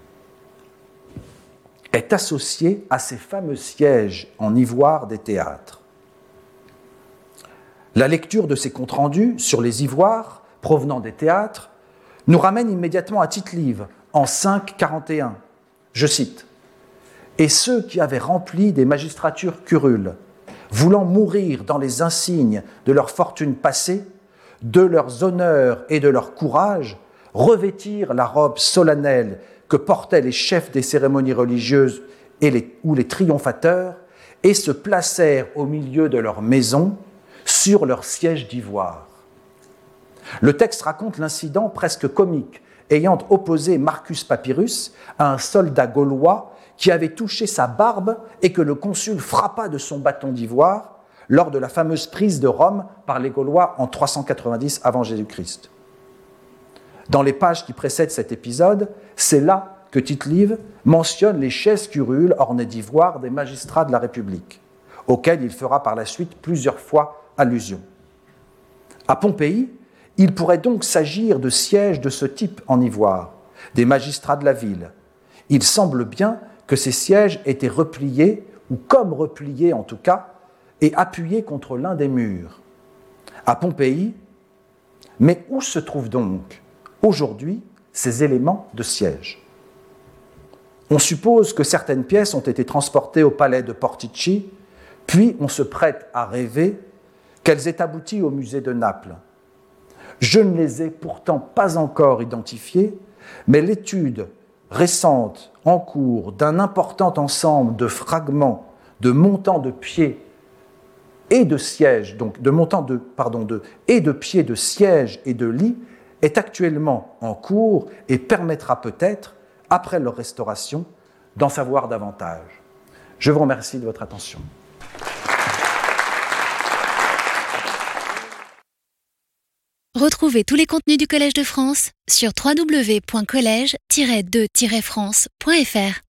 est associée à ces fameux sièges en ivoire des théâtres. La lecture de ces comptes rendus sur les ivoires provenant des théâtres nous ramène immédiatement à Tite-Live, en 541. Je cite « Et ceux qui avaient rempli des magistratures curules, voulant mourir dans les insignes de leur fortune passée, de leurs honneurs et de leur courage, revêtirent la robe solennelle que portaient les chefs des cérémonies religieuses ou les triomphateurs et se placèrent au milieu de leur maison sur leur siège d'ivoire. Le texte raconte l'incident presque comique ayant opposé Marcus Papyrus à un soldat gaulois qui avait touché sa barbe et que le consul frappa de son bâton d'ivoire lors de la fameuse prise de Rome par les Gaulois en 390 avant Jésus-Christ. Dans les pages qui précèdent cet épisode, c'est là que Tite-Live mentionne les chaises curules ornées d'ivoire des magistrats de la République, auxquels il fera par la suite plusieurs fois allusion. À Pompéi, il pourrait donc s'agir de sièges de ce type en ivoire, des magistrats de la ville. Il semble bien que ces sièges étaient repliés, ou comme repliés en tout cas, et appuyés contre l'un des murs. À Pompéi, mais où se trouvent donc aujourd'hui ces éléments de siège? On suppose que certaines pièces ont été transportées au palais de Portici, puis on se prête à rêver qu'elles aient abouti au musée de Naples. Je ne les ai pourtant pas encore identifiées, mais l'étude récente en cours d'un important ensemble de fragments de montants de pieds et de sièges, donc et de pieds de sièges et de lits, est actuellement en cours et permettra peut-être, après leur restauration, d'en savoir davantage. Je vous remercie de votre attention. Retrouvez tous les contenus du Collège de France sur www.collège-2-france.fr.